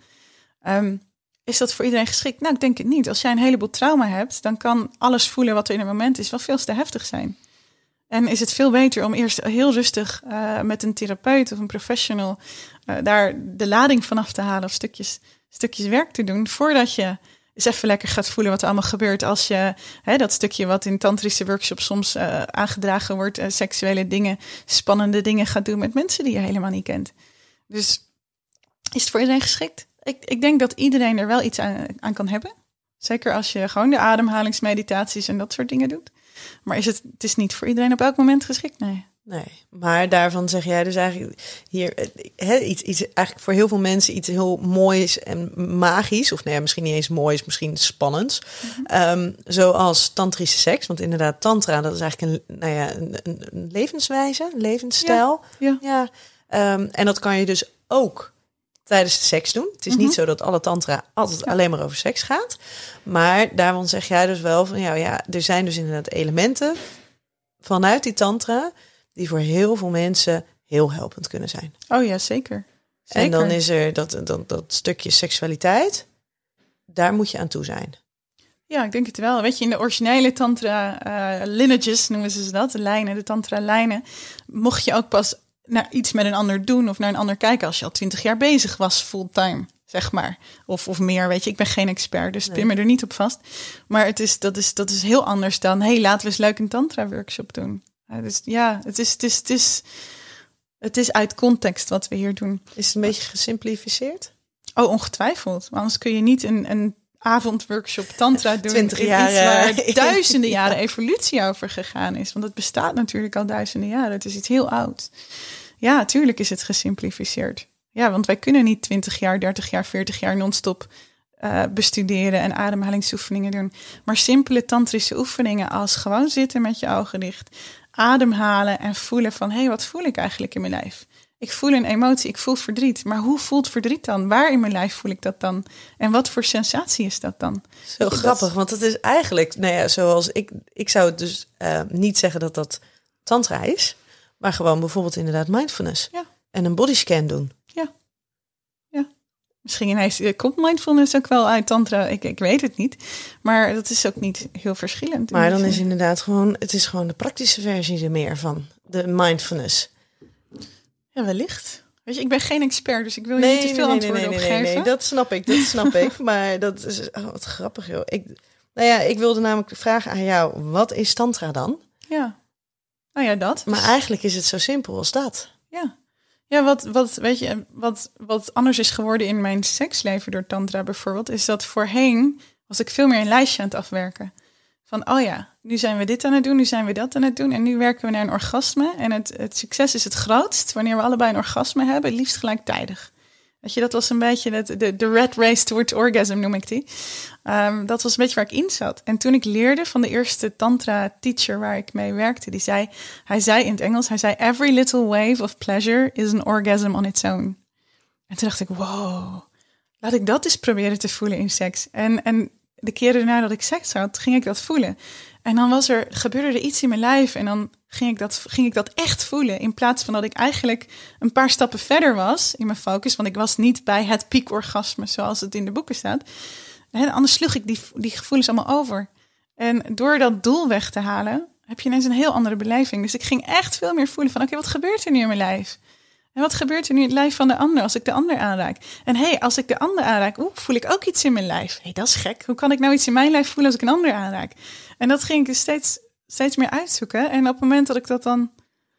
S7: Is dat voor iedereen geschikt? Nou, ik denk het niet. Als jij een heleboel trauma hebt, dan kan alles voelen wat er in het moment is wel veel te heftig zijn. En is het veel beter om eerst heel rustig met een therapeut of een professional daar de lading vanaf te halen of stukjes werk te doen, voordat je eens even lekker gaat voelen wat er allemaal gebeurt als je dat stukje wat in tantrische workshops soms aangedragen wordt, seksuele dingen, spannende dingen gaat doen met mensen die je helemaal niet kent. Dus is het voor iedereen geschikt? Ik denk dat iedereen er wel iets aan kan hebben. Zeker als je gewoon de ademhalingsmeditaties en dat soort dingen doet. Maar het is niet voor iedereen op elk moment geschikt, nee.
S6: Nee, maar daarvan zeg jij dus eigenlijk hier iets eigenlijk voor heel veel mensen iets heel moois en magisch, of nee, misschien niet eens moois, misschien spannends, zoals tantrische seks. Want inderdaad, tantra, dat is eigenlijk een levenswijze, een levensstijl. Ja. En dat kan je dus ook tijdens de seks doen. Het is niet zo dat alle tantra altijd alleen maar over seks gaat, maar daarvan zeg jij dus wel van er zijn dus inderdaad elementen vanuit die tantra die voor heel veel mensen heel helpend kunnen zijn.
S7: Oh ja, zeker.
S6: En dan is er dat stukje seksualiteit. Daar moet je aan toe zijn.
S7: Ja, ik denk het wel. Weet je, in de originele tantra lineages noemen ze dat, de lijnen, de tantra lijnen, mocht je ook pas naar iets met een ander doen of naar een ander kijken als je al 20 jaar bezig was fulltime, zeg maar. Of meer, weet je. Ik ben geen expert, dus pin me er niet op vast. Maar dat is heel anders dan, laten we eens leuk een tantra workshop doen. Dus ja, het is uit context wat we hier doen.
S6: Is het een beetje gesimplificeerd?
S7: Oh, ongetwijfeld. Maar anders kun je niet een avondworkshop tantra doen.
S6: 20 jaar.
S7: Waar duizenden jaren evolutie over gegaan is. Want het bestaat natuurlijk al duizenden jaren. Het is iets heel oud. Ja, natuurlijk is het gesimplificeerd. Ja, want wij kunnen niet 20 jaar, 30 jaar, 40 jaar non-stop bestuderen en ademhalingsoefeningen doen. Maar simpele tantrische oefeningen als gewoon zitten met je ogen dicht, ademhalen en voelen van, wat voel ik eigenlijk in mijn lijf? Ik voel een emotie, ik voel verdriet. Maar hoe voelt verdriet dan? Waar in mijn lijf voel ik dat dan? En wat voor sensatie is dat dan?
S6: Zo grappig, want het is eigenlijk, zoals ik zou het dus niet zeggen dat dat tantra is, maar gewoon bijvoorbeeld inderdaad mindfulness. Ja. En een bodyscan doen. Ja.
S7: Misschien komt mindfulness ook wel uit tantra. Ik weet het niet. Maar dat is ook niet heel verschillend.
S6: Maar dan is inderdaad het is gewoon de praktische versie er meer van. De mindfulness.
S7: Ja, wellicht. Weet je, ik ben geen expert, dus ik wil je niet te veel antwoorden op geven.
S6: Nee, dat snap ik. Maar dat is wat grappig, joh. Ik wilde namelijk vragen aan jou, wat is tantra dan?
S7: Ja. Nou ja, dat.
S6: Maar eigenlijk is het zo simpel als dat.
S7: Ja. Ja, wat anders is geworden in mijn seksleven door tantra bijvoorbeeld, is dat voorheen was ik veel meer een lijstje aan het afwerken. Van, nu zijn we dit aan het doen, nu zijn we dat aan het doen en nu werken we naar een orgasme. En het succes is het grootst wanneer we allebei een orgasme hebben, liefst gelijktijdig. Weet je, dat was een beetje de rat race towards orgasm, noem ik die. Dat was een beetje waar ik in zat. En toen ik leerde van de eerste tantra teacher waar ik mee werkte, hij zei in het Engels, every little wave of pleasure is an orgasm on its own. En toen dacht ik, wow, laat ik dat eens proberen te voelen in seks. En de keren daarna dat ik seks had, ging ik dat voelen. En dan gebeurde er iets in mijn lijf en dan ging ik dat echt voelen. In plaats van dat ik eigenlijk een paar stappen verder was in mijn focus. Want ik was niet bij het piekorgasme zoals het in de boeken staat. En anders sloeg ik die gevoelens allemaal over. En door dat doel weg te halen, heb je ineens een heel andere beleving. Dus ik ging echt veel meer voelen van, wat gebeurt er nu in mijn lijf? En wat gebeurt er nu in het lijf van de ander als ik de ander aanraak? En als ik de ander aanraak, voel ik ook iets in mijn lijf. Dat is gek. Hoe kan ik nou iets in mijn lijf voelen als ik een ander aanraak? En dat ging ik dus steeds meer uitzoeken. En op het moment dat ik dat dan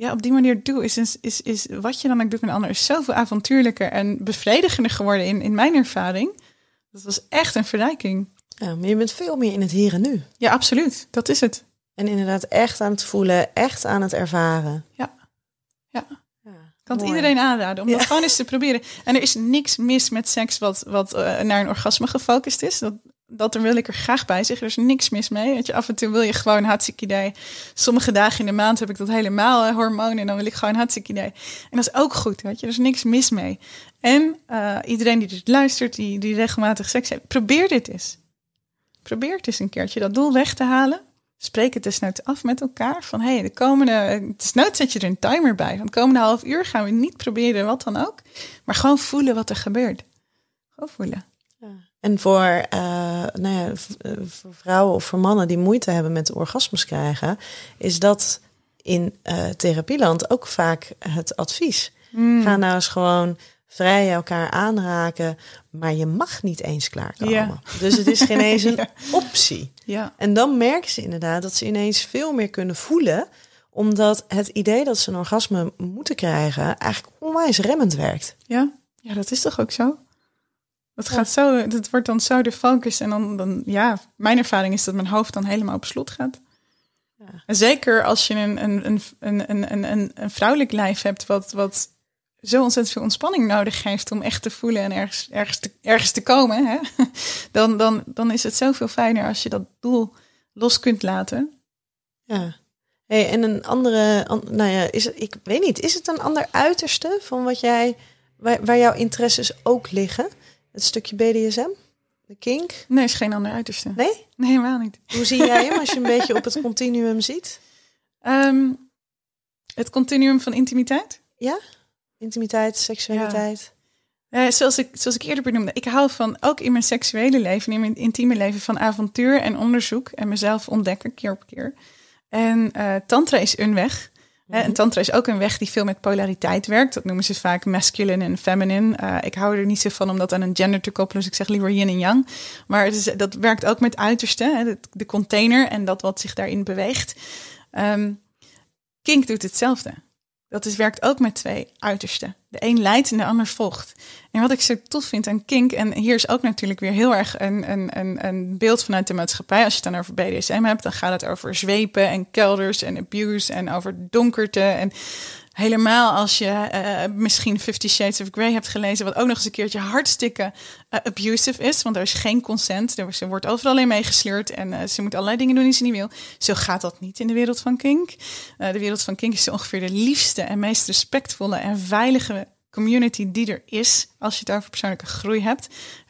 S7: op die manier doe, is wat je dan ook doet met een ander, is zoveel avontuurlijker en bevredigender geworden in mijn ervaring. Dat was echt een verrijking.
S6: Ja, maar je bent veel meer in het hier en nu.
S7: Ja, absoluut. Dat is het.
S6: En inderdaad echt aan het voelen, echt aan het ervaren.
S7: Ja. Ik kan het
S6: Mooi.
S7: iedereen aanraden om dat gewoon eens te proberen. En er is niks mis met seks wat naar een orgasme gefocust is. Dat wil ik er graag bij zeggen. Er is niks mis mee. Weet je, af en toe wil je gewoon hartstikke idee. Sommige dagen in de maand heb ik dat helemaal hormonen. En dan wil ik gewoon hartstikke idee. En dat is ook goed. Weet je, er is niks mis mee. En iedereen die dus luistert, die regelmatig seks heeft, probeer dit eens. Probeer het eens een keertje dat doel weg te halen. Spreek het desnoods af met elkaar. Van de komende, desnoods zet je er een timer bij. Van de komende half uur gaan we niet proberen wat dan ook. Maar gewoon voelen wat er gebeurt. Gewoon voelen.
S6: Ja. En voor vrouwen of voor mannen die moeite hebben met orgasmes krijgen, is dat in therapieland ook vaak het advies. Ga nou eens gewoon vrij elkaar aanraken, maar je mag niet eens klaarkomen.
S7: Ja.
S6: Dus het is geen eens een optie.
S7: Ja.
S6: En dan merken ze inderdaad dat ze ineens veel meer kunnen voelen, omdat het idee dat ze een orgasme moeten krijgen eigenlijk onwijs remmend werkt.
S7: Ja, dat is toch ook zo? Dat wordt dan zo de focus. En dan mijn ervaring is dat mijn hoofd dan helemaal op slot gaat. Ja. En zeker als je een vrouwelijk lijf hebt wat zo ontzettend veel ontspanning nodig heeft om echt te voelen en ergens te komen, hè? Dan is het zoveel fijner als je dat doel los kunt laten.
S6: Ja. Hey, en een andere, ik weet niet, is het een ander uiterste van wat waar jouw interesses ook liggen? Het stukje BDSM? De kink?
S7: Nee, is geen ander uiterste.
S6: Nee?
S7: Nee, helemaal niet.
S6: Hoe zie jij hem als je een beetje op het continuum ziet?
S7: Het continuum van intimiteit?
S6: Ja? Intimiteit, seksualiteit.
S7: Ja. Zoals ik eerder benoemde, ik hou van, ook in mijn seksuele leven, in mijn intieme leven, van avontuur en onderzoek en mezelf ontdekken keer op keer. En tantra is een weg. En tantra is ook een weg die veel met polariteit werkt. Dat noemen ze vaak masculine en feminine. Ik hou er niet zo van om dat aan een gender te koppelen. Dus ik zeg liever yin en yang. Maar dat werkt ook met uitersten. De container en dat wat zich daarin beweegt. Kink doet hetzelfde. Werkt ook met twee uitersten. De een leidt en de ander volgt. En wat ik zo tof vind aan kink, en hier is ook natuurlijk weer heel erg een beeld vanuit de maatschappij. Als je het dan over BDSM hebt, dan gaat het over zwepen en kelders en abuse en over donkerte. En helemaal als je misschien 50 Shades of Grey hebt gelezen, wat ook nog eens een keertje hartstikke abusive is. Want er is geen consent. Ze wordt overal in meegesleurd en ze moet allerlei dingen doen die ze niet wil. Zo gaat dat niet in de wereld van kink. De wereld van kink is zo ongeveer de liefste en meest respectvolle en veilige community die er is, als je het over persoonlijke groei hebt.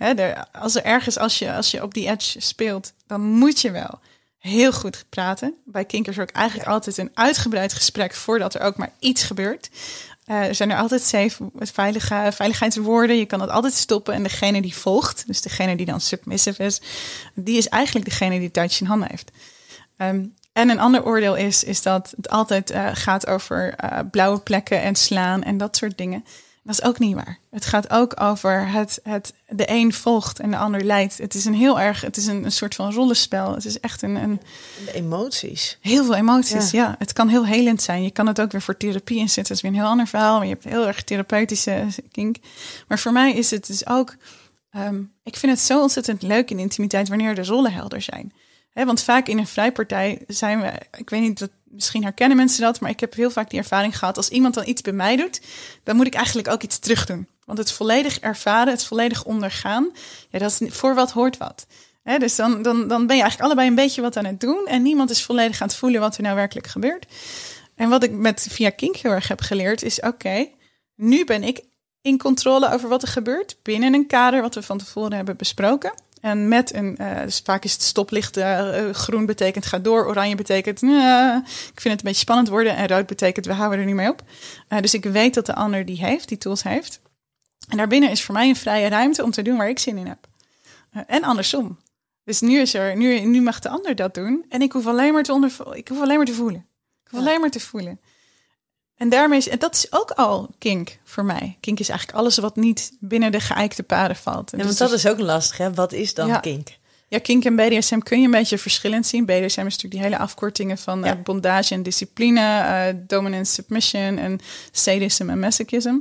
S7: Als je op die edge speelt, dan moet je wel heel goed praten. Bij kinkers ook eigenlijk altijd een uitgebreid gesprek voordat er ook maar iets gebeurt. Er zijn er altijd veiligheidswoorden. Je kan het altijd stoppen. En degene die volgt, dus degene die dan submissive is, die is eigenlijk degene die het touch in handen heeft. En een ander oordeel is dat het altijd gaat over blauwe plekken en slaan en dat soort dingen. Dat is ook niet waar. Het gaat ook over de een volgt en de ander leidt. Het is een soort van rollenspel. Het is echt de
S6: emoties.
S7: Heel veel emoties, ja. Het kan heel helend zijn. Je kan het ook weer voor therapie inzetten. Dat is weer een heel ander verhaal. Maar je hebt heel erg therapeutische kink. Maar voor mij is het dus ook, ik vind het zo ontzettend leuk in intimiteit wanneer de rollen helder zijn. Want vaak in een vrijpartij zijn we, ik weet niet, misschien herkennen mensen dat, maar ik heb heel vaak die ervaring gehad, als iemand dan iets bij mij doet, dan moet ik eigenlijk ook iets terug doen. Want het volledig ervaren, het volledig ondergaan, dat is voor wat hoort wat. Dus dan ben je eigenlijk allebei een beetje wat aan het doen en niemand is volledig aan het voelen wat er nou werkelijk gebeurt. En wat ik via kink heel erg heb geleerd is, oké, nu ben ik in controle over wat er gebeurt binnen een kader wat we van tevoren hebben besproken. En met dus vaak is het stoplicht, groen betekent ga door, oranje betekent ik vind het een beetje spannend worden en rood betekent we houden er niet mee op. Dus ik weet dat de ander die tools heeft. En daarbinnen is voor mij een vrije ruimte om te doen waar ik zin in heb. En andersom. Dus nu mag de ander dat doen en ik hoef alleen maar te voelen. Ik hoef alleen maar te voelen. En dat is ook al kink voor mij. Kink is eigenlijk alles wat niet binnen de geëikte paden valt.
S6: Ja, want dat is ook lastig, hè? Wat is dan kink?
S7: Ja, kink en BDSM kun je een beetje verschillend zien. BDSM is natuurlijk die hele afkortingen van bondage en discipline, dominance, submission en sadism en masochism.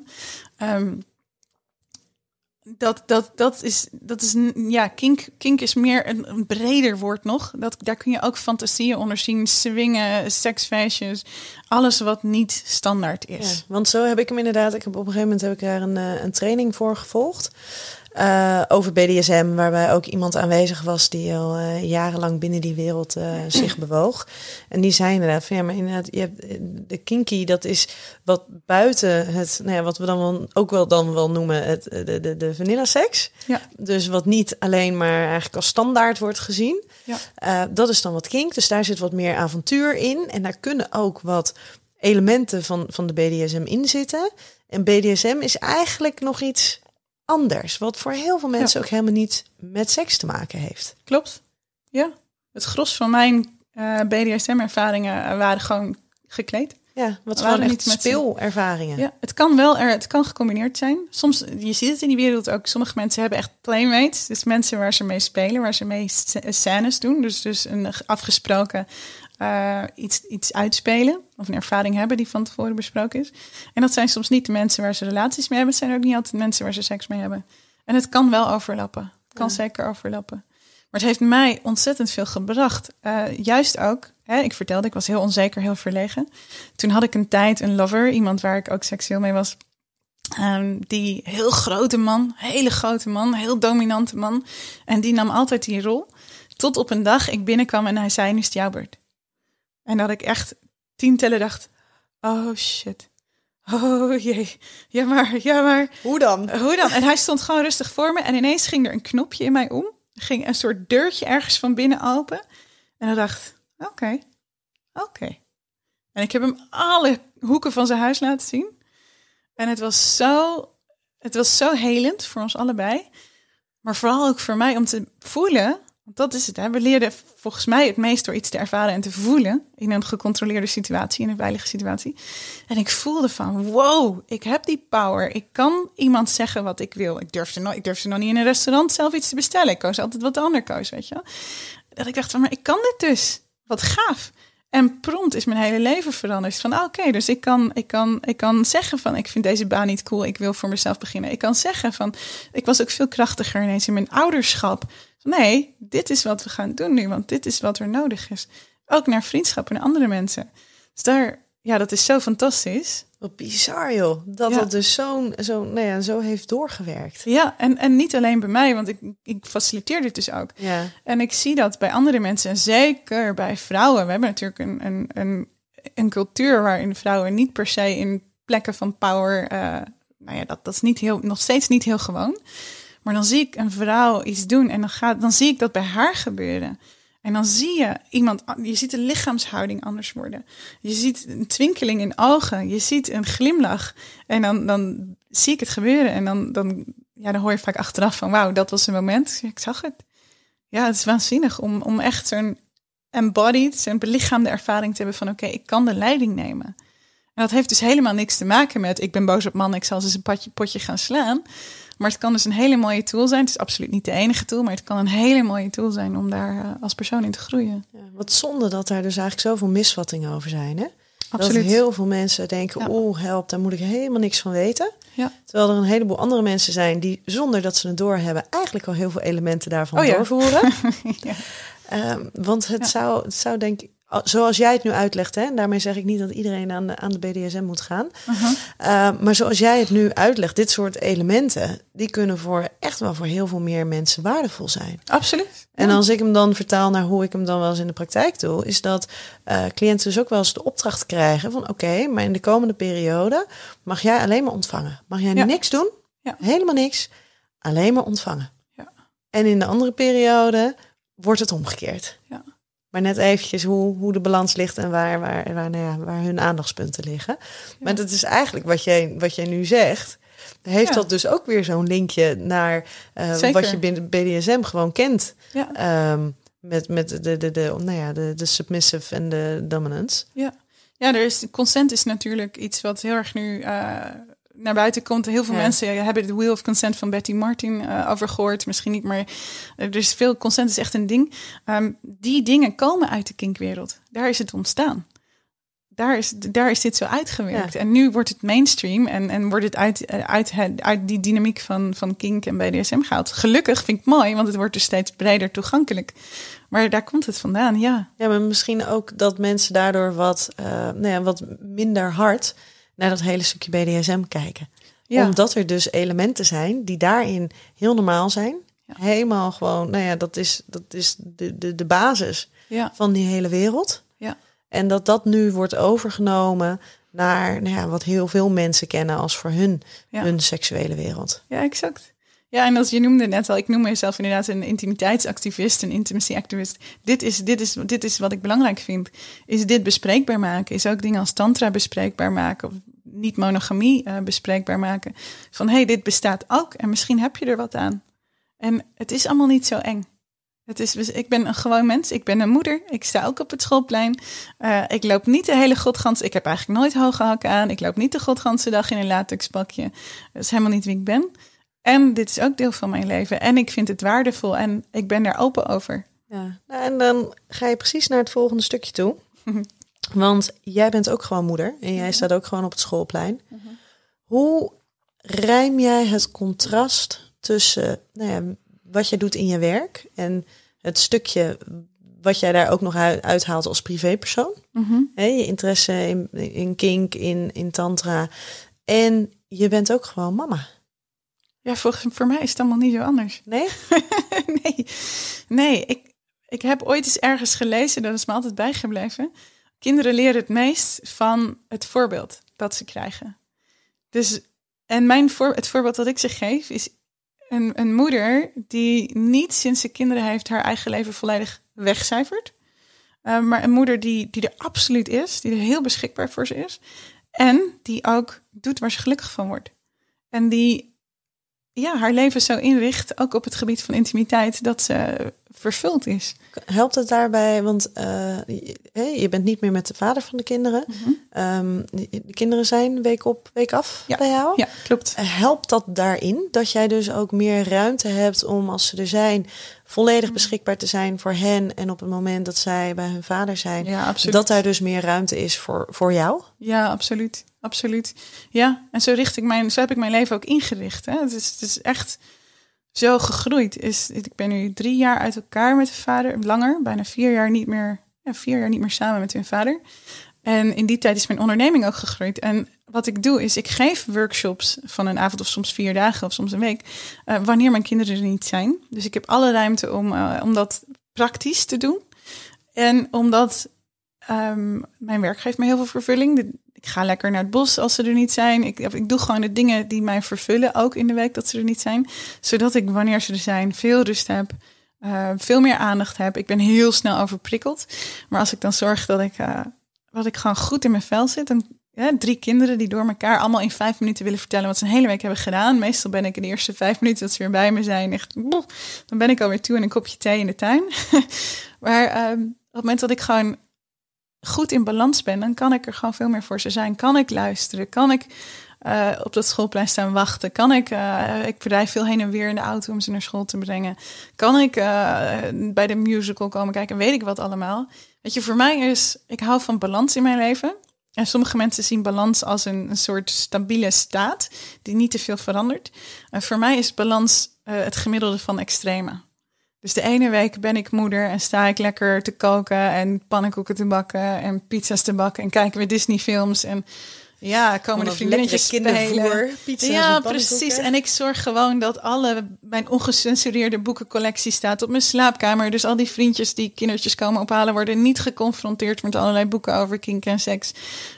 S7: Dat is kink is meer een breder woord nog. Daar kun je ook fantasieën onder zien, swingen, seksfeestjes, alles wat niet standaard is.
S6: Ja, want zo heb ik hem inderdaad. Op een gegeven moment heb ik daar een training voor gevolgd. Over BDSM, waarbij ook iemand aanwezig was die al jarenlang binnen die wereld zich bewoog. En die zei inderdaad van maar inderdaad, je hebt de kinky, dat is wat buiten het, wat we dan wel noemen de vanilla seks. Ja. Dus wat niet alleen maar eigenlijk als standaard wordt gezien. Ja. Dat is dan wat kink. Dus daar zit wat meer avontuur in. En daar kunnen ook wat elementen van de BDSM in zitten. En BDSM is eigenlijk nog iets anders, wat voor heel veel mensen ook helemaal niet met seks te maken heeft.
S7: Klopt. Ja. Het gros van mijn BDSM-ervaringen waren gewoon gekleed.
S6: Ja, wat gewoon echt speelervaringen.
S7: Ja, het kan gecombineerd zijn. Soms, je ziet het in die wereld ook, sommige mensen hebben echt playmates. Dus mensen waar ze mee spelen, waar ze mee scènes doen. Dus een afgesproken iets uitspelen. Of een ervaring hebben die van tevoren besproken is. En dat zijn soms niet de mensen waar ze relaties mee hebben. Het zijn ook niet altijd mensen waar ze seks mee hebben. En het kan wel overlappen. Het kan zeker overlappen. Maar het heeft mij ontzettend veel gebracht. Juist ook, ik vertelde, ik was heel onzeker, heel verlegen. Toen had ik een tijd een lover, iemand waar ik ook seksueel mee was. Die heel grote man, hele grote man, heel dominante man. En die nam altijd die rol. Tot op een dag ik binnenkwam en hij zei, nu is het jouw beurt. En dat ik echt 10 tellen dacht, oh shit. Oh jee, ja maar. Hoe dan? En hij stond gewoon rustig voor me en ineens ging er een knopje in mij om. Er ging een soort deurtje ergens van binnen open. En ik dacht, oké. En ik heb hem alle hoeken van zijn huis laten zien. En het was zo helend voor ons allebei. Maar vooral ook voor mij om te voelen. Want dat is het. Hè? We leerden volgens mij het meest door iets te ervaren en te voelen. In een gecontroleerde situatie, in een veilige situatie. En ik voelde van, wow, ik heb die power. Ik kan iemand zeggen wat ik wil. Ik durfde nog niet in een restaurant zelf iets te bestellen. Ik koos altijd wat de ander koos, weet je wel. Dat ik dacht van, maar ik kan dit dus. Wat gaaf. En prompt is mijn hele leven veranderd. Van oké, dus ik kan zeggen van, ik vind deze baan niet cool. Ik wil voor mezelf beginnen. Ik kan zeggen van, ik was ook veel krachtiger ineens in mijn ouderschap. Nee, dit is wat we gaan doen nu, want dit is wat er nodig is. Ook naar vriendschappen en andere mensen. Dus dat is zo fantastisch.
S6: Wat bizar, joh. Dat het dus zo heeft doorgewerkt.
S7: Ja, en niet alleen bij mij, want ik faciliteer dit dus ook. Ja. En ik zie dat bij andere mensen, en zeker bij vrouwen. We hebben natuurlijk een cultuur waarin vrouwen niet per se in plekken van power... dat is nog steeds niet heel gewoon. Maar dan zie ik een vrouw iets doen en dan zie ik dat bij haar gebeuren. En dan zie je je ziet de lichaamshouding anders worden. Je ziet een twinkeling in ogen. Je ziet een glimlach. En dan zie ik het gebeuren. En dan hoor je vaak achteraf van, wauw, dat was een moment. Ja, ik zag het. Ja, het is waanzinnig om echt zo'n embodied, zo'n belichaamde ervaring te hebben van, oké, ik kan de leiding nemen. En dat heeft dus helemaal niks te maken met, ik ben boos op mannen, ik zal ze eens een potje gaan slaan. Maar het kan dus een hele mooie tool zijn. Het is absoluut niet de enige tool, maar het kan een hele mooie tool zijn om daar als persoon in te groeien. Ja,
S6: wat zonde dat daar dus eigenlijk zoveel misvattingen over zijn, hè?
S7: Absoluut.
S6: Dat heel veel mensen denken, help, daar moet ik helemaal niks van weten. Ja. Terwijl er een heleboel andere mensen zijn die, zonder dat ze het doorhebben, eigenlijk al heel veel elementen daarvan doorvoeren. Ja. Want het zou denk ik, zoals jij het nu uitlegt, hè, en daarmee zeg ik niet dat iedereen aan de BDSM moet gaan. Maar zoals jij het nu uitlegt, dit soort elementen, die kunnen echt wel voor heel veel meer mensen waardevol zijn.
S7: Absoluut.
S6: En als ik hem dan vertaal naar hoe ik hem dan wel eens in de praktijk doe, is dat cliënten dus ook wel eens de opdracht krijgen van oké, maar in de komende periode mag jij alleen maar ontvangen. Mag jij niks doen? Ja. Helemaal niks. Alleen maar ontvangen. Ja. En in de andere periode wordt het omgekeerd. Ja. Maar net eventjes hoe de balans ligt en waar hun aandachtspunten liggen. Ja. Maar dat is eigenlijk wat jij nu zegt. Heeft dat dus ook weer zo'n linkje naar wat je binnen BDSM gewoon kent. Ja. Met de submissive en de dominance.
S7: Ja, consent is natuurlijk iets wat heel erg naar buiten komt. Heel veel mensen hebben de Wheel of Consent van Betty Martin over gehoord. Misschien niet, maar er is veel consent, is echt een ding. Die dingen komen uit de kinkwereld. Daar is het ontstaan. Daar is dit zo uitgewerkt. Ja. En nu wordt het mainstream en wordt het uit die dynamiek van kink en BDSM gehaald. Gelukkig vind ik mooi, want het wordt dus steeds breder toegankelijk. Maar daar komt het vandaan, ja.
S6: Ja, maar misschien ook dat mensen daardoor wat minder hard naar dat hele stukje BDSM kijken. Ja. Omdat er dus elementen zijn die daarin heel normaal zijn. Ja. Helemaal gewoon, dat is de basis van die hele wereld. Ja. En dat nu wordt overgenomen naar wat heel veel mensen kennen als voor hun seksuele wereld.
S7: Ja, exact. Ja, en als je noemde net al, ik noem mezelf inderdaad een intimiteitsactivist, een intimacy activist. Dit is wat ik belangrijk vind. Is dit bespreekbaar maken? Is ook dingen als tantra bespreekbaar maken? Of niet-monogamie bespreekbaar maken? Van, dit bestaat ook en misschien heb je er wat aan. En het is allemaal niet zo eng. Ik ben een gewoon mens. Ik ben een moeder. Ik sta ook op het schoolplein. Ik loop niet de hele godganse... Ik heb eigenlijk nooit hoge hakken aan. Ik loop niet de godganse dag in een latexpakje. Dat is helemaal niet wie ik ben. En dit is ook deel van mijn leven. En ik vind het waardevol. En ik ben daar open over.
S6: Ja. En dan ga je precies naar het volgende stukje toe. Want jij bent ook gewoon moeder. En jij staat ook gewoon op het schoolplein. Hoe rijm jij het contrast tussen... wat je doet in je werk en het stukje wat jij daar ook nog uithaalt als privépersoon. Je interesse in kink, in tantra. En je bent ook gewoon mama.
S7: Ja, voor mij is het allemaal niet zo anders.
S6: Nee?
S7: Nee. Ik heb ooit eens ergens gelezen, dat is me altijd bijgebleven. Kinderen leren het meest van het voorbeeld dat ze krijgen. Dus, en het voorbeeld dat ik ze geef is... Een moeder die niet sinds ze kinderen heeft haar eigen leven volledig wegcijfert. Maar een moeder die er absoluut is, die er heel beschikbaar voor ze is. En die ook doet waar ze gelukkig van wordt. En die haar leven zo inricht, ook op het gebied van intimiteit, dat ze vervuld is.
S6: Helpt het daarbij, want je bent niet meer met de vader van de kinderen. De kinderen zijn week op, week af bij jou.
S7: Ja, klopt.
S6: Helpt dat daarin, dat jij dus ook meer ruimte hebt om, als ze er zijn, volledig beschikbaar te zijn voor hen en op het moment dat zij bij hun vader zijn, dat daar dus meer ruimte is voor jou?
S7: Ja, absoluut. Absoluut. Ja, en zo heb ik mijn leven ook ingericht. Hè. Het is echt zo gegroeid. Ik ben nu 3 jaar uit elkaar met de vader, langer, bijna 4 jaar niet meer samen met hun vader. En in die tijd is mijn onderneming ook gegroeid. En wat ik doe is, ik geef workshops van een avond of soms 4 dagen of soms een week, wanneer mijn kinderen er niet zijn. Dus ik heb alle ruimte om dat praktisch te doen. En omdat mijn werk geeft me heel veel vervulling. Ik ga lekker naar het bos als ze er niet zijn. Ik doe gewoon de dingen die mij vervullen, ook in de week dat ze er niet zijn. Zodat ik, wanneer ze er zijn, veel rust heb. Veel meer aandacht heb. Ik ben heel snel overprikkeld. Maar als ik dan zorg dat ik gewoon goed in mijn vel zit. En 3 kinderen die door elkaar allemaal in 5 minuten willen vertellen wat ze een hele week hebben gedaan. Meestal ben ik in de eerste 5 minuten dat ze weer bij me zijn. Echt, dan ben ik alweer toe in een kopje thee in de tuin. Maar op het moment dat ik gewoon goed in balans ben, dan kan ik er gewoon veel meer voor ze zijn. Kan ik luisteren? Kan ik op dat schoolplein staan wachten? Kan ik rijd veel heen en weer in de auto om ze naar school te brengen? Kan ik bij de musical komen kijken? Weet ik wat allemaal? Weet je, voor mij ik hou van balans in mijn leven. En sommige mensen zien balans als een soort stabiele staat die niet te veel verandert. Voor mij is balans het gemiddelde van extreme. Dus de ene week ben ik moeder en sta ik lekker te koken en pannenkoeken te bakken en pizza's te bakken en kijken we Disney-films en komen de vriendinnetjes spelen. Ja, precies. En ik zorg gewoon dat mijn ongecensureerde boekencollectie staat op mijn slaapkamer. Dus al die vriendjes die kindertjes komen ophalen worden niet geconfronteerd met allerlei boeken over kink en seks.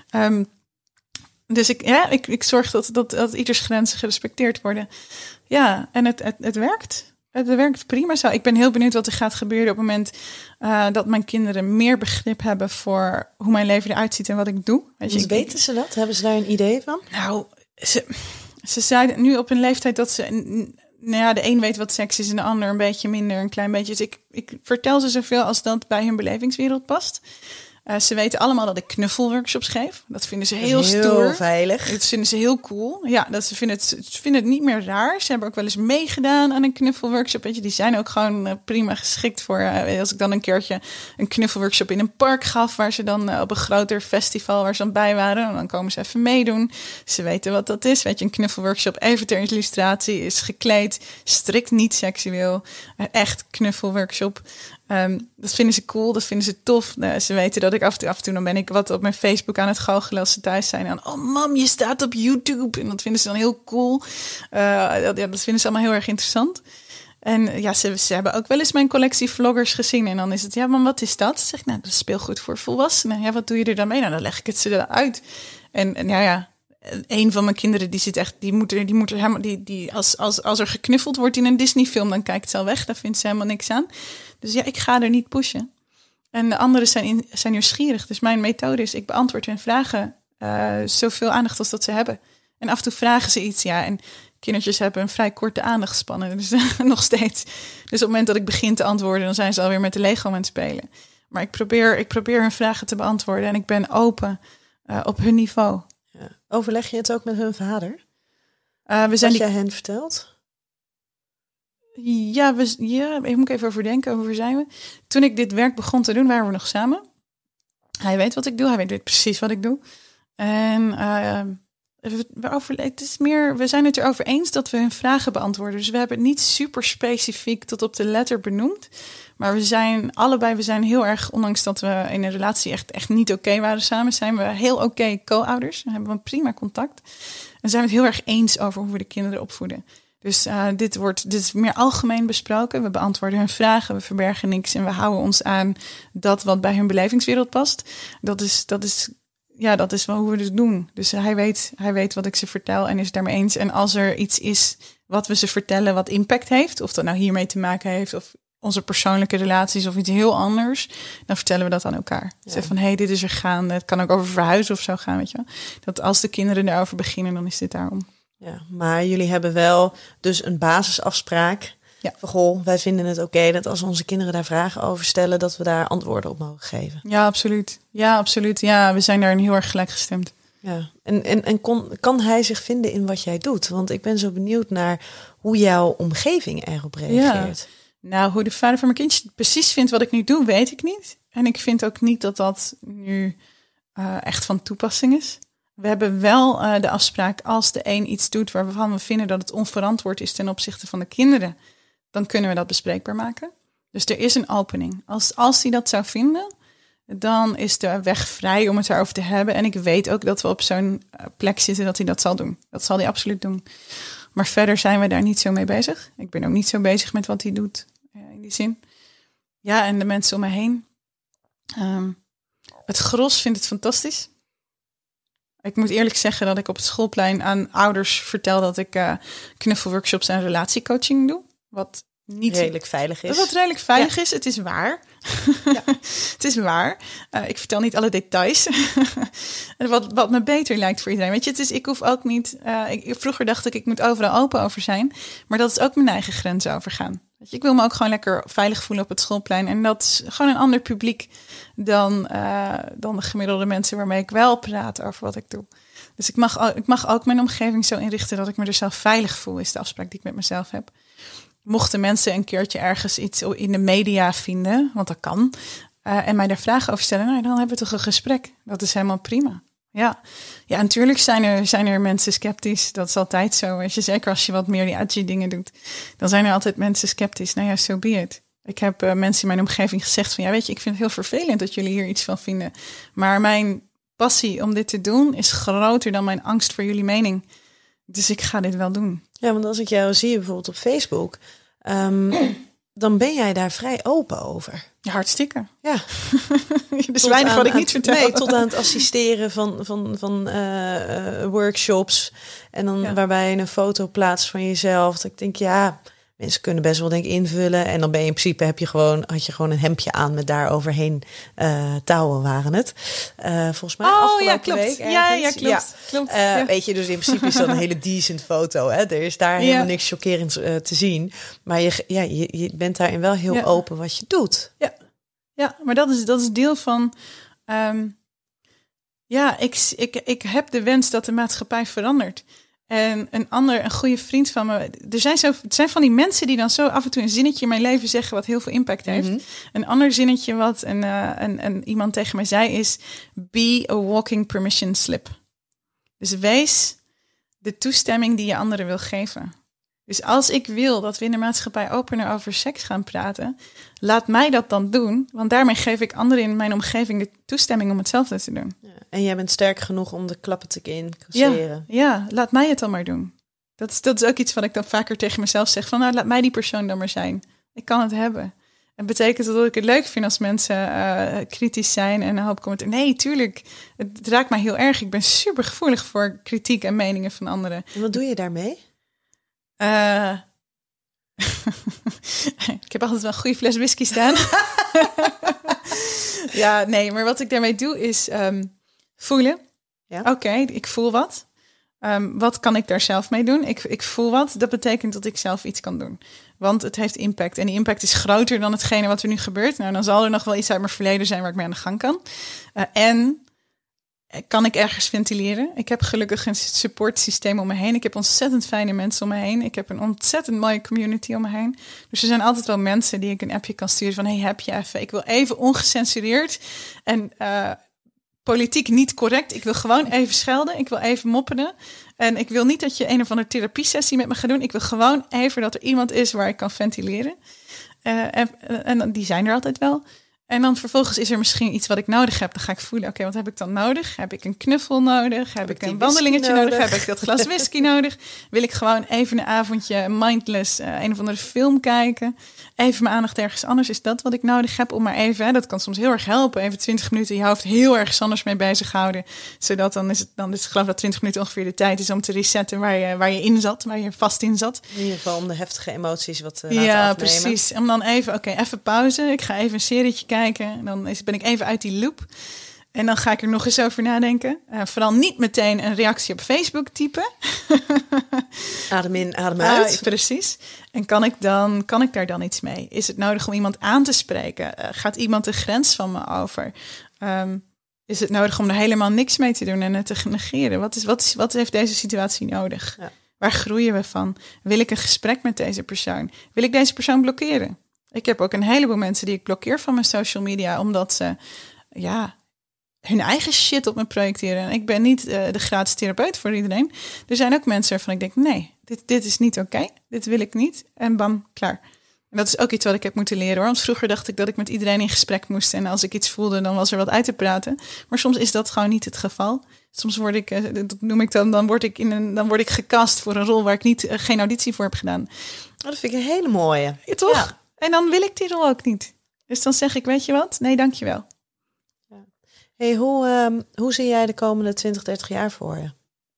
S7: Dus ik zorg dat ieders grenzen gerespecteerd worden. Ja, en het werkt. Het werkt prima zo. Ik ben heel benieuwd wat er gaat gebeuren op het moment dat mijn kinderen meer begrip hebben voor hoe mijn leven eruit ziet en wat ik doe.
S6: Weten ze dat? Hebben ze daar een idee van?
S7: Nou, ze zijn nu op een leeftijd dat ze, de een weet wat seks is en de ander een beetje minder, een klein beetje. Dus ik vertel ze zoveel als dat bij hun belevingswereld past. Ze weten allemaal dat ik knuffelworkshops geef. Dat vinden ze heel
S6: Heel
S7: stoer.
S6: veilig.
S7: Dat vinden ze heel cool. Ja, ze vinden het niet meer raar. Ze hebben ook wel eens meegedaan aan een knuffelworkshop. Weet je, die zijn ook gewoon prima geschikt voor. Als ik dan een keertje een knuffelworkshop in een park gaf, waar ze dan op een groter festival waar ze dan bij waren, dan komen ze even meedoen. Ze weten wat dat is. Weet je, een knuffelworkshop, even ter illustratie, is gekleed, strikt niet seksueel. Een echt knuffelworkshop. Dat vinden ze cool, dat vinden ze tof. Ze weten dat ik af en toe dan ben ik wat op mijn Facebook aan het goochelen als ze thuis zijn. En dan, oh mam, je staat op YouTube. En dat vinden ze dan heel cool. Dat vinden ze allemaal heel erg interessant. En ja, ze hebben ook wel eens mijn collectie vloggers gezien. En dan is het, ja, maar wat is dat? Ze zegt, nou, dat is speelgoed voor volwassenen. Ja, wat doe je er dan mee? Nou, dan leg ik het ze eruit. En ja, een van mijn kinderen die zit echt, die moet er helemaal, die als er geknuffeld wordt in een Disney-film, dan kijkt ze al weg. Daar vindt ze helemaal niks aan. Dus ja, ik ga er niet pushen. En de anderen zijn nieuwsgierig. Dus mijn methode is, ik beantwoord hun vragen zoveel aandacht als dat ze hebben. En af en toe vragen ze iets, ja. En kindertjes hebben een vrij korte aandachtspannen. Dus nog steeds. Dus op het moment dat ik begin te antwoorden, dan zijn ze alweer met de Lego aan het spelen. Maar ik probeer hun vragen te beantwoorden. En ik ben open op hun niveau.
S6: Ja. Overleg je het ook met hun vader?
S7: We zijn
S6: jij hen vertelt?
S7: Ja, ik moet even over denken. Hoe zijn we? Toen ik dit werk begon te doen, waren we nog samen. Hij weet wat ik doe. Hij weet precies wat ik doe. En we zijn het erover eens dat we hun vragen beantwoorden. Dus we hebben het niet super specifiek tot op de letter benoemd. Maar we zijn heel erg, ondanks dat we in een relatie echt niet oké waren samen, zijn we heel oké co-ouders. Dan hebben we een prima contact. En zijn we het heel erg eens over hoe we de kinderen opvoeden. Dus dit is meer algemeen besproken. We beantwoorden hun vragen, we verbergen niks en we houden ons aan dat wat bij hun belevingswereld past. Dat is wel hoe we het doen. Dus hij weet wat ik ze vertel en is het daarmee eens. En als er iets is wat we ze vertellen wat impact heeft, of dat nou hiermee te maken heeft, of onze persoonlijke relaties of iets heel anders, dan vertellen we dat aan elkaar. Ja. Zeg van, hey, dit is er gaande. Het kan ook over verhuizen of zo gaan, weet je wel. Dat als de kinderen daarover beginnen, dan is dit daarom.
S6: Ja, maar jullie hebben wel dus een basisafspraak.
S7: Ja.
S6: Van, goh, wij vinden het oké dat als onze kinderen daar vragen over stellen, dat we daar antwoorden op mogen geven.
S7: Ja, absoluut. Ja, absoluut. Ja, we zijn daarin heel erg gelijkgestemd.
S6: Ja. En kan hij zich vinden in wat jij doet? Want ik ben zo benieuwd naar hoe jouw omgeving erop reageert.
S7: Ja. Nou, hoe de vader van mijn kindje precies vindt wat ik nu doe, weet ik niet. En ik vind ook niet dat dat nu echt van toepassing is. We hebben wel de afspraak, als de een iets doet waarvan we vinden dat het onverantwoord is ten opzichte van de kinderen, dan kunnen we dat bespreekbaar maken. Dus er is een opening. Als hij dat zou vinden, dan is de weg vrij om het daarover te hebben. En ik weet ook dat we op zo'n plek zitten dat hij dat zal doen. Dat zal hij absoluut doen. Maar verder zijn we daar niet zo mee bezig. Ik ben ook niet zo bezig met wat hij doet in die zin. Ja, en de mensen om me heen. Het gros vindt het fantastisch. Ik moet eerlijk zeggen dat ik op het schoolplein aan ouders vertel dat ik knuffelworkshops en relatiecoaching doe. Wat niet
S6: redelijk veilig is.
S7: Wat redelijk veilig is. Het is waar. Ja. Het is waar. Ik vertel niet alle details. wat me beter lijkt voor iedereen. Weet je, ik hoef ook niet. Vroeger dacht ik moet overal open over zijn. Maar dat is ook mijn eigen grens overgaan. Weet je, ik wil me ook gewoon lekker veilig voelen op het schoolplein. En dat is gewoon een ander publiek dan de gemiddelde mensen waarmee ik wel praat over wat ik doe. Dus ik mag ook mijn omgeving zo inrichten dat ik me er zelf veilig voel, is de afspraak die ik met mezelf heb. Mochten mensen een keertje ergens iets in de media vinden, want dat kan, en mij daar vragen over stellen, nou, dan hebben we toch een gesprek. Dat is helemaal prima. Ja, natuurlijk zijn er mensen sceptisch. Dat is altijd zo. Weet je, zeker als je wat meer die edgy dingen doet, dan zijn er altijd mensen sceptisch. Nou ja, so be it. Ik heb mensen in mijn omgeving gezegd van, ja, weet je, ik vind het heel vervelend dat jullie hier iets van vinden. Maar mijn passie om dit te doen is groter dan mijn angst voor jullie mening. Dus ik ga dit wel doen.
S6: Ja, want als ik jou zie bijvoorbeeld op Facebook, dan ben jij daar vrij open over.
S7: Ja, hartstikke.
S6: Ja.
S7: Dus weinig wat ik niet vertel.
S6: Nee, tot aan het assisteren van workshops. En dan waarbij je een foto plaatst van jezelf. Dat ik denk, ja, mensen kunnen best wel denk ik invullen. En dan ben je in principe had je gewoon een hemdje aan met daar overheen touwen waren het. Volgens mij afgelopen week ergens.
S7: Ja, klopt.
S6: Weet je, dus in principe is dat een hele decent foto. Hè? Er is daar helemaal niks chockerends te zien. Maar je bent daarin wel heel open wat je doet.
S7: Ja, maar dat is deel van Ik heb de wens dat de maatschappij verandert. En een goede vriend van me... Het zijn van die mensen die dan zo af en toe een zinnetje in mijn leven zeggen wat heel veel impact heeft. Mm-hmm. Een ander zinnetje wat iemand tegen mij zei is... Be a walking permission slip. Dus wees de toestemming die je anderen wil geven. Dus als ik wil dat we in de maatschappij opener over seks gaan praten... laat mij dat dan doen. Want daarmee geef ik anderen in mijn omgeving de toestemming om hetzelfde te doen.
S6: Ja, en jij bent sterk genoeg om de klappen te incasseren.
S7: Ja, laat mij het dan maar doen. Dat is ook iets wat ik dan vaker tegen mezelf zeg. Van laat mij die persoon dan maar zijn. Ik kan het hebben. Het betekent dat ik het leuk vind als mensen kritisch zijn en een hoop commentaar. Nee, tuurlijk. Het raakt mij heel erg. Ik ben super gevoelig voor kritiek en meningen van anderen.
S6: En wat doe je daarmee?
S7: Ik heb altijd wel een goede fles whisky staan. Ja, nee, maar wat ik daarmee doe is voelen. Ja? Oké, ik voel wat. Wat kan ik daar zelf mee doen? Ik voel wat. Dat betekent dat ik zelf iets kan doen. Want het heeft impact. En die impact is groter dan hetgene wat er nu gebeurt. Nou, dan zal er nog wel iets uit mijn verleden zijn waar ik mee aan de gang kan. En kan ik ergens ventileren? Ik heb gelukkig een supportsysteem om me heen. Ik heb ontzettend fijne mensen om me heen. Ik heb een ontzettend mooie community om me heen. Dus er zijn altijd wel mensen die ik een appje kan sturen van... hey, heb je even? Ik wil even ongecensureerd en politiek niet correct. Ik wil gewoon even schelden. Ik wil even mopperen. En ik wil niet dat je een of andere therapiesessie met me gaat doen. Ik wil gewoon even dat er iemand is waar ik kan ventileren. En die zijn er altijd wel. En dan vervolgens is er misschien iets wat ik nodig heb. Dan ga ik voelen, oké, wat heb ik dan nodig? Heb ik een knuffel nodig? Heb ik een wandelingetje nodig? Heb ik dat glas whisky nodig? Wil ik gewoon even een avondje mindless een of andere film kijken? Even mijn aandacht ergens anders. Is dat wat ik nodig heb om maar even... dat kan soms heel erg helpen. Even 20 minuten je hoofd heel erg anders mee bezighouden. Zodat dan is ik geloof dat 20 minuten ongeveer de tijd is om te resetten waar je in zat. Waar je vast in zat.
S6: In ieder geval om de heftige emoties wat te laten afnemen.
S7: Ja, precies. Om dan even, even pauze. Ik ga even een serietje kijken. Dan ben ik even uit die loop. En dan ga ik er nog eens over nadenken. Vooral niet meteen een reactie op Facebook typen.
S6: Adem in, adem uit.
S7: Precies. En kan ik daar dan iets mee? Is het nodig om iemand aan te spreken? Gaat iemand de grens van me over? Is het nodig om er helemaal niks mee te doen en het te negeren? Wat heeft deze situatie nodig? Ja. Waar groeien we van? Wil ik een gesprek met deze persoon? Wil ik deze persoon blokkeren? Ik heb ook een heleboel mensen die ik blokkeer van mijn social media, omdat ze hun eigen shit op me projecteren. En ik ben niet de gratis therapeut voor iedereen. Er zijn ook mensen waarvan ik denk, nee, dit is niet oké. Dit wil ik niet. En bam, klaar. En dat is ook iets wat ik heb moeten leren hoor. Want vroeger dacht ik dat ik met iedereen in gesprek moest. En als ik iets voelde, dan was er wat uit te praten. Maar soms is dat gewoon niet het geval. Soms word ik, dat noem ik dan word ik gecast voor een rol waar ik geen auditie voor heb gedaan.
S6: Dat vind ik een hele mooie.
S7: Ja, toch? Ja. En dan wil ik die rol ook niet. Dus dan zeg ik, weet je wat? Nee, dankjewel.
S6: Ja. Hey, hoe zie jij de komende 20, 30 jaar voor je?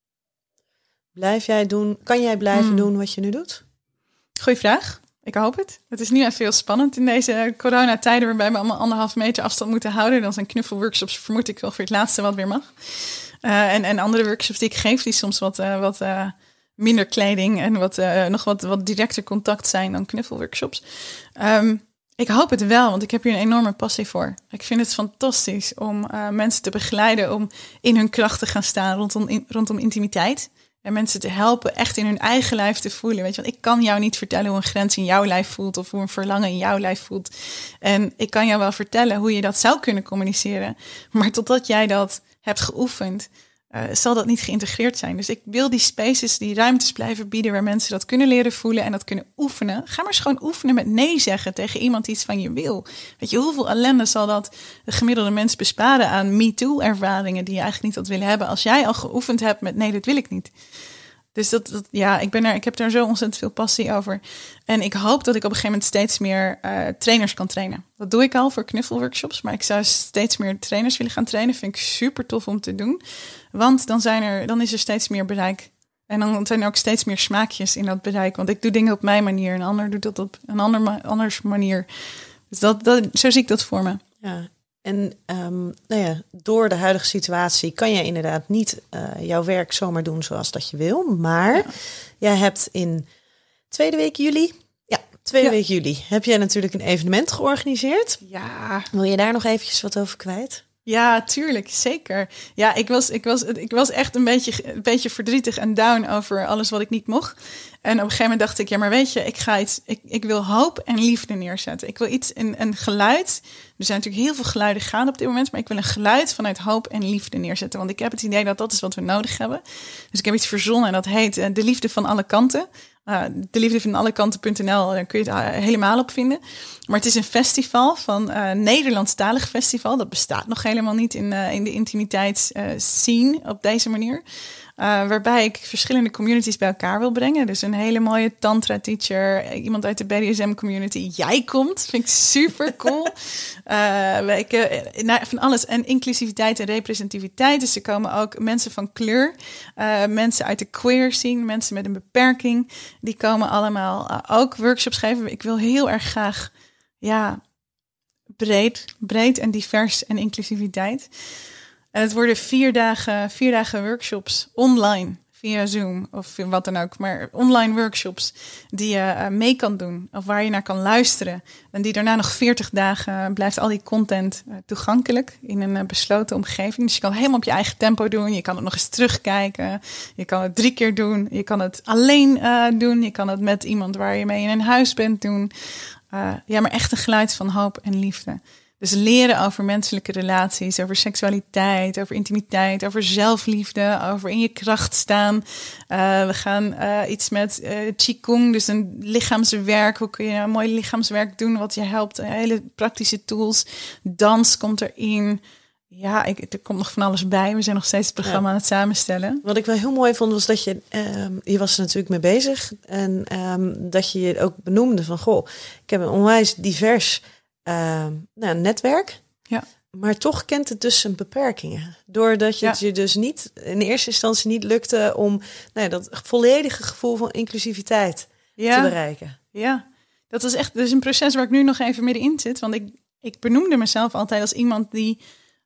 S6: Kan jij blijven doen wat je nu doet?
S7: Goeie vraag. Ik hoop het. Het is nu even heel spannend in deze coronatijden waarbij we allemaal 1,5 meter afstand moeten houden. Dan zijn knuffelworkshops vermoed ik ongeveer het laatste wat weer mag. En andere workshops die ik geef, die soms wat minder kleding en nog wat directer contact zijn dan knuffelworkshops. Ik hoop het wel, want ik heb hier een enorme passie voor. Ik vind het fantastisch om mensen te begeleiden om in hun kracht te gaan staan rondom intimiteit. En mensen te helpen echt in hun eigen lijf te voelen. Weet je, want ik kan jou niet vertellen hoe een grens in jouw lijf voelt of hoe een verlangen in jouw lijf voelt. En ik kan jou wel vertellen hoe je dat zou kunnen communiceren. Maar totdat jij dat hebt geoefend, zal dat niet geïntegreerd zijn. Dus ik wil die spaces, die ruimtes blijven bieden waar mensen dat kunnen leren voelen en dat kunnen oefenen. Ga maar eens gewoon oefenen met nee zeggen tegen iemand die iets van je wil. Weet je, hoeveel ellende zal dat de gemiddelde mens besparen aan MeToo-ervaringen die je eigenlijk niet had willen hebben als jij al geoefend hebt met nee, dat wil ik niet. Dus ik heb daar zo ontzettend veel passie over. En ik hoop dat ik op een gegeven moment steeds meer trainers kan trainen. Dat doe ik al voor knuffelworkshops. Maar ik zou steeds meer trainers willen gaan trainen. Vind ik super tof om te doen. Want dan is er steeds meer bereik. En dan zijn er ook steeds meer smaakjes in dat bereik. Want ik doe dingen op mijn manier. En een ander doet dat op een anders manier. Dus zo zie ik dat voor me.
S6: Ja. En door de huidige situatie kan je inderdaad niet jouw werk zomaar doen zoals dat je wil. Maar jij hebt in tweede week juli heb jij natuurlijk een evenement georganiseerd.
S7: Ja.
S6: Wil je daar nog eventjes wat over kwijt?
S7: Ja, tuurlijk, zeker. Ja, ik was echt een beetje verdrietig en down over alles wat ik niet mocht. En op een gegeven moment dacht ik, ja, maar weet je, ik wil hoop en liefde neerzetten. Ik wil een geluid. Er zijn natuurlijk heel veel geluiden gaande op dit moment, maar ik wil een geluid vanuit hoop en liefde neerzetten. Want ik heb het idee dat dat is wat we nodig hebben. Dus ik heb iets verzonnen en dat heet De Liefde van Alle Kanten. De Liefde van Alle Kanten.nl, daar kun je het helemaal op vinden. Maar het is een festival van Nederlandstalig festival. Dat bestaat nog helemaal niet in de intimiteitsscene op deze manier. Waarbij ik verschillende communities bij elkaar wil brengen. Dus een hele mooie tantra-teacher, iemand uit de BDSM-community. Jij komt, vind ik super cool. Van alles. En inclusiviteit en representativiteit. Dus er komen ook mensen van kleur, mensen uit de queer scene, mensen met een beperking. Die komen allemaal ook workshops geven. Ik wil heel erg graag, breed en divers en inclusiviteit. En het worden 4 dagen workshops online via Zoom of wat dan ook. Maar online workshops die je mee kan doen of waar je naar kan luisteren. En die daarna nog 40 dagen blijft al die content toegankelijk in een besloten omgeving. Dus je kan het helemaal op je eigen tempo doen. Je kan het nog eens terugkijken. Je kan het 3 keer doen. Je kan het alleen doen. Je kan het met iemand waar je mee in een huis bent doen. Maar echt een geluid van hoop en liefde. Dus leren over menselijke relaties, over seksualiteit, over intimiteit, over zelfliefde, over in je kracht staan. We gaan iets met Qigong, dus een lichaamswerk. Hoe kun je een mooi lichaamswerk doen wat je helpt? Hele praktische tools. Dans komt erin. Ja, er komt nog van alles bij. We zijn nog steeds het programma aan het samenstellen.
S6: Wat ik wel heel mooi vond, was dat je was er natuurlijk mee bezig. En dat je je ook benoemde van, goh, ik heb een onwijs divers netwerk. Ja. Maar toch kent het dus zijn beperkingen. Doordat het je dus niet in eerste instantie niet lukte om dat volledige gevoel van inclusiviteit te bereiken. Ja,
S7: dat is echt een proces waar ik nu nog even middenin zit. Want ik benoemde mezelf altijd als iemand die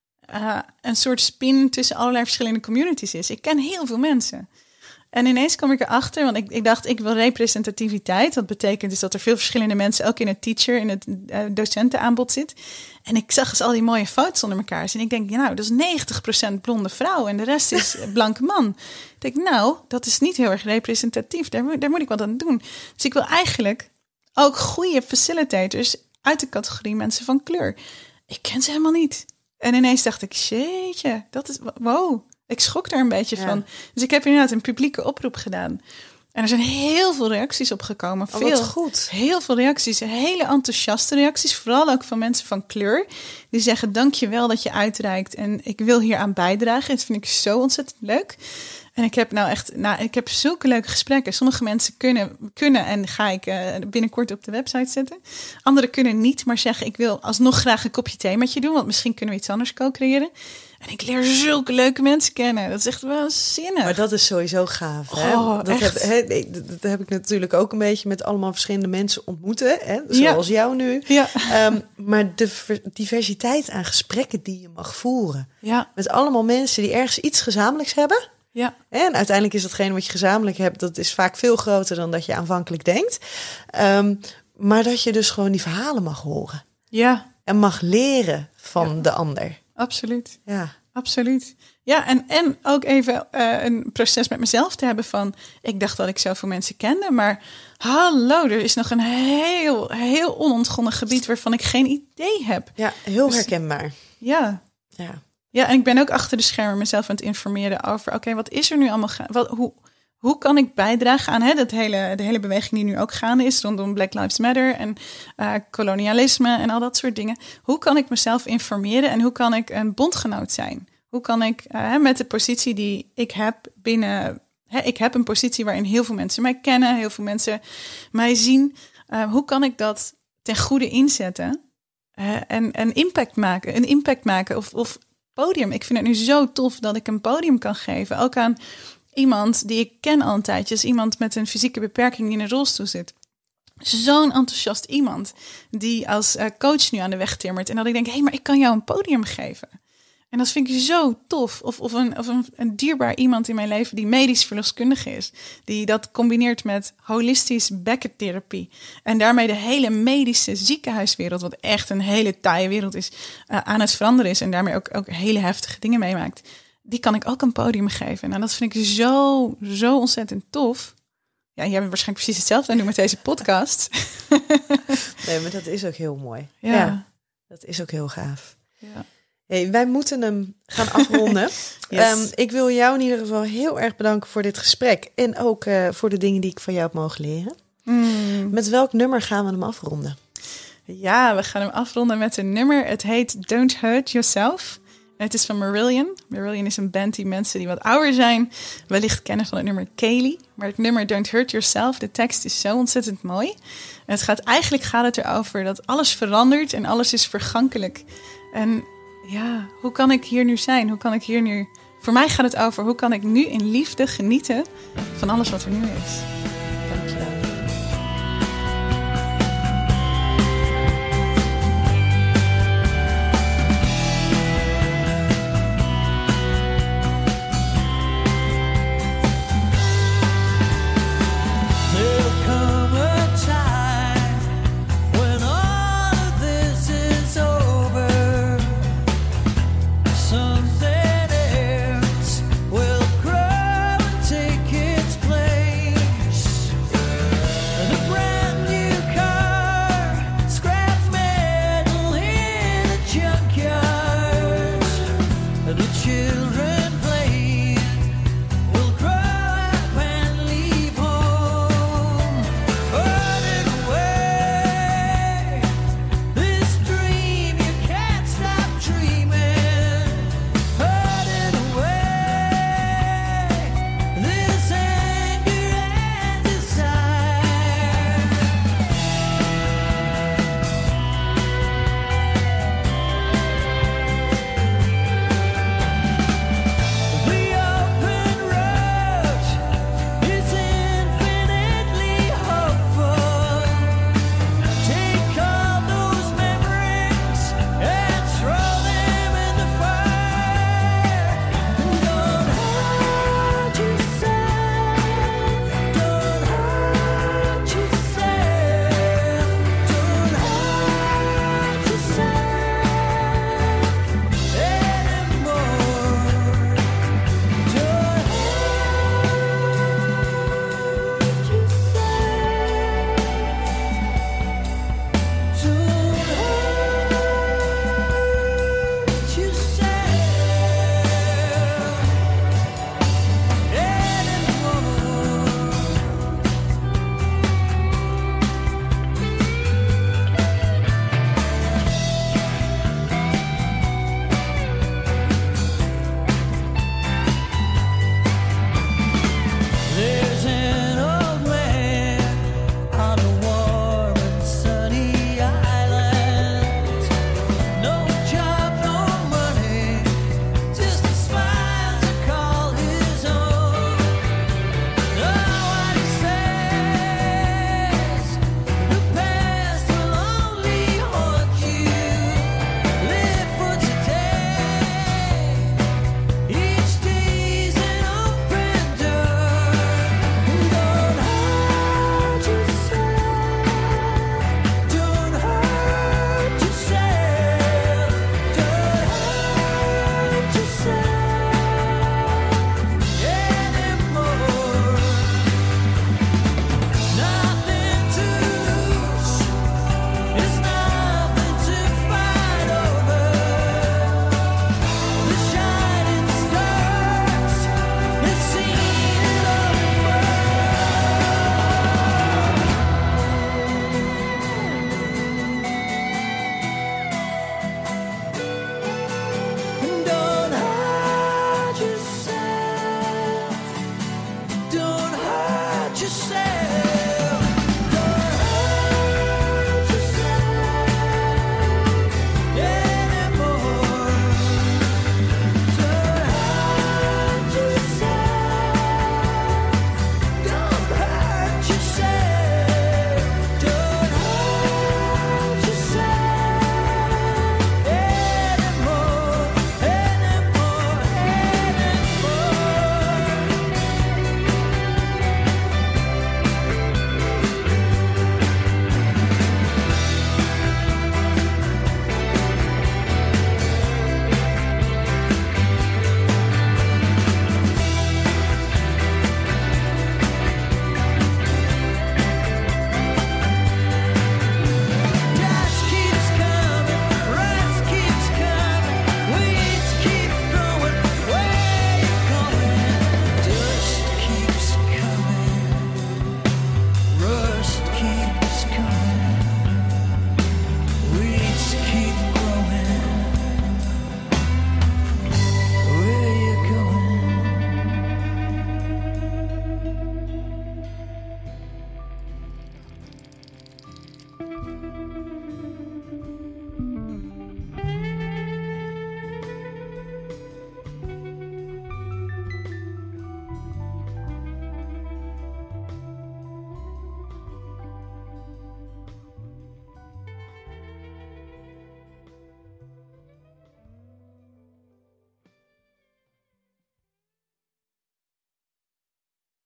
S7: een soort spin tussen allerlei verschillende communities is. Ik ken heel veel mensen. En ineens kwam ik erachter, want ik dacht, ik wil representativiteit. Dat betekent dus dat er veel verschillende mensen ook in het in het docentenaanbod zit. En ik zag eens al die mooie foto's onder elkaar. En ik denk, dat is 90% blonde vrouw en de rest is blanke man. Ik denk, dat is niet heel erg representatief. Daar moet ik wat aan doen. Dus ik wil eigenlijk ook goede facilitators uit de categorie mensen van kleur. Ik ken ze helemaal niet. En ineens dacht ik, jeetje, dat is, wow. Ik schrok daar een beetje van. Dus ik heb inderdaad een publieke oproep gedaan. En er zijn heel veel reacties op gekomen.
S6: Wat goed.
S7: Heel veel reacties. Hele enthousiaste reacties. Vooral ook van mensen van kleur. Die zeggen, dank je wel dat je uitreikt. En ik wil hier aan bijdragen. Dat vind ik zo ontzettend leuk. En ik heb ik heb zulke leuke gesprekken. Sommige mensen kunnen en ga ik binnenkort op de website zetten. Anderen kunnen niet, maar zeggen, ik wil alsnog graag een kopje thee met je doen. Want misschien kunnen we iets anders co-creëren. En ik leer zulke leuke mensen kennen. Dat is echt wel zinnig.
S6: Maar dat is sowieso gaaf. Hè? Dat heb ik natuurlijk ook een beetje met allemaal verschillende mensen ontmoeten. Hè? Zoals jou nu. Ja. Maar de diversiteit aan gesprekken die je mag voeren. Ja. Met allemaal mensen die ergens iets gezamenlijks hebben. Ja. En uiteindelijk is datgene wat je gezamenlijk hebt, dat is vaak veel groter dan dat je aanvankelijk denkt. Maar dat je dus gewoon die verhalen mag horen. Ja. En mag leren van de ander.
S7: Absoluut. Ja. Absoluut. Ja, en ook even een proces met mezelf te hebben van, ik dacht dat ik zoveel mensen kende, maar hallo, er is nog een heel onontgonnen gebied waarvan ik geen idee heb.
S6: Ja, heel herkenbaar.
S7: Ja. Ja, en ik ben ook achter de schermen mezelf aan het informeren over, oké, wat is er nu allemaal hoe kan ik bijdragen aan de hele beweging die nu ook gaande is rondom Black Lives Matter en kolonialisme en al dat soort dingen. Hoe kan ik mezelf informeren en hoe kan ik een bondgenoot zijn? Hoe kan ik met de positie die ik heb binnen... ik heb een positie waarin heel veel mensen mij kennen, heel veel mensen mij zien. Hoe kan ik dat ten goede inzetten en impact maken of podium? Ik vind het nu zo tof dat ik een podium kan geven, ook aan iemand die ik ken al een tijdje, is iemand met een fysieke beperking die in een rolstoel zit. Zo'n enthousiast iemand die als coach nu aan de weg timmert. En dat ik denk, maar ik kan jou een podium geven. En dat vind ik zo tof. Of een dierbaar iemand in mijn leven die medisch verloskundige is. Die dat combineert met holistisch bekkentherapie. En daarmee de hele medische ziekenhuiswereld, wat echt een hele taaie wereld is, aan het veranderen is. En daarmee ook hele heftige dingen meemaakt. Die kan ik ook een podium geven. En dat vind ik zo ontzettend tof. Ja, jij bent waarschijnlijk precies hetzelfde aan doen met deze podcast.
S6: Nee, maar dat is ook heel mooi.
S7: Ja.
S6: Dat is ook heel gaaf.
S7: Ja.
S6: Hey, wij moeten hem gaan afronden.
S7: Yes.
S6: Ik wil jou in ieder geval heel erg bedanken voor dit gesprek. En ook voor de dingen die ik van jou heb mogen leren. Met welk nummer gaan we hem afronden?
S7: Ja, we gaan hem afronden met een nummer. Het heet Don't Hurt Yourself. En het is van Marillion. Marillion is een band die mensen die wat ouder zijn wellicht kennen van het nummer Kaylee. Maar het nummer Don't Hurt Yourself, de tekst is zo ontzettend mooi. En eigenlijk gaat het erover dat alles verandert en alles is vergankelijk. En ja, hoe kan ik hier nu zijn? Hoe kan ik hier nu... Voor mij gaat het over hoe kan ik nu in liefde genieten van alles wat er nu is.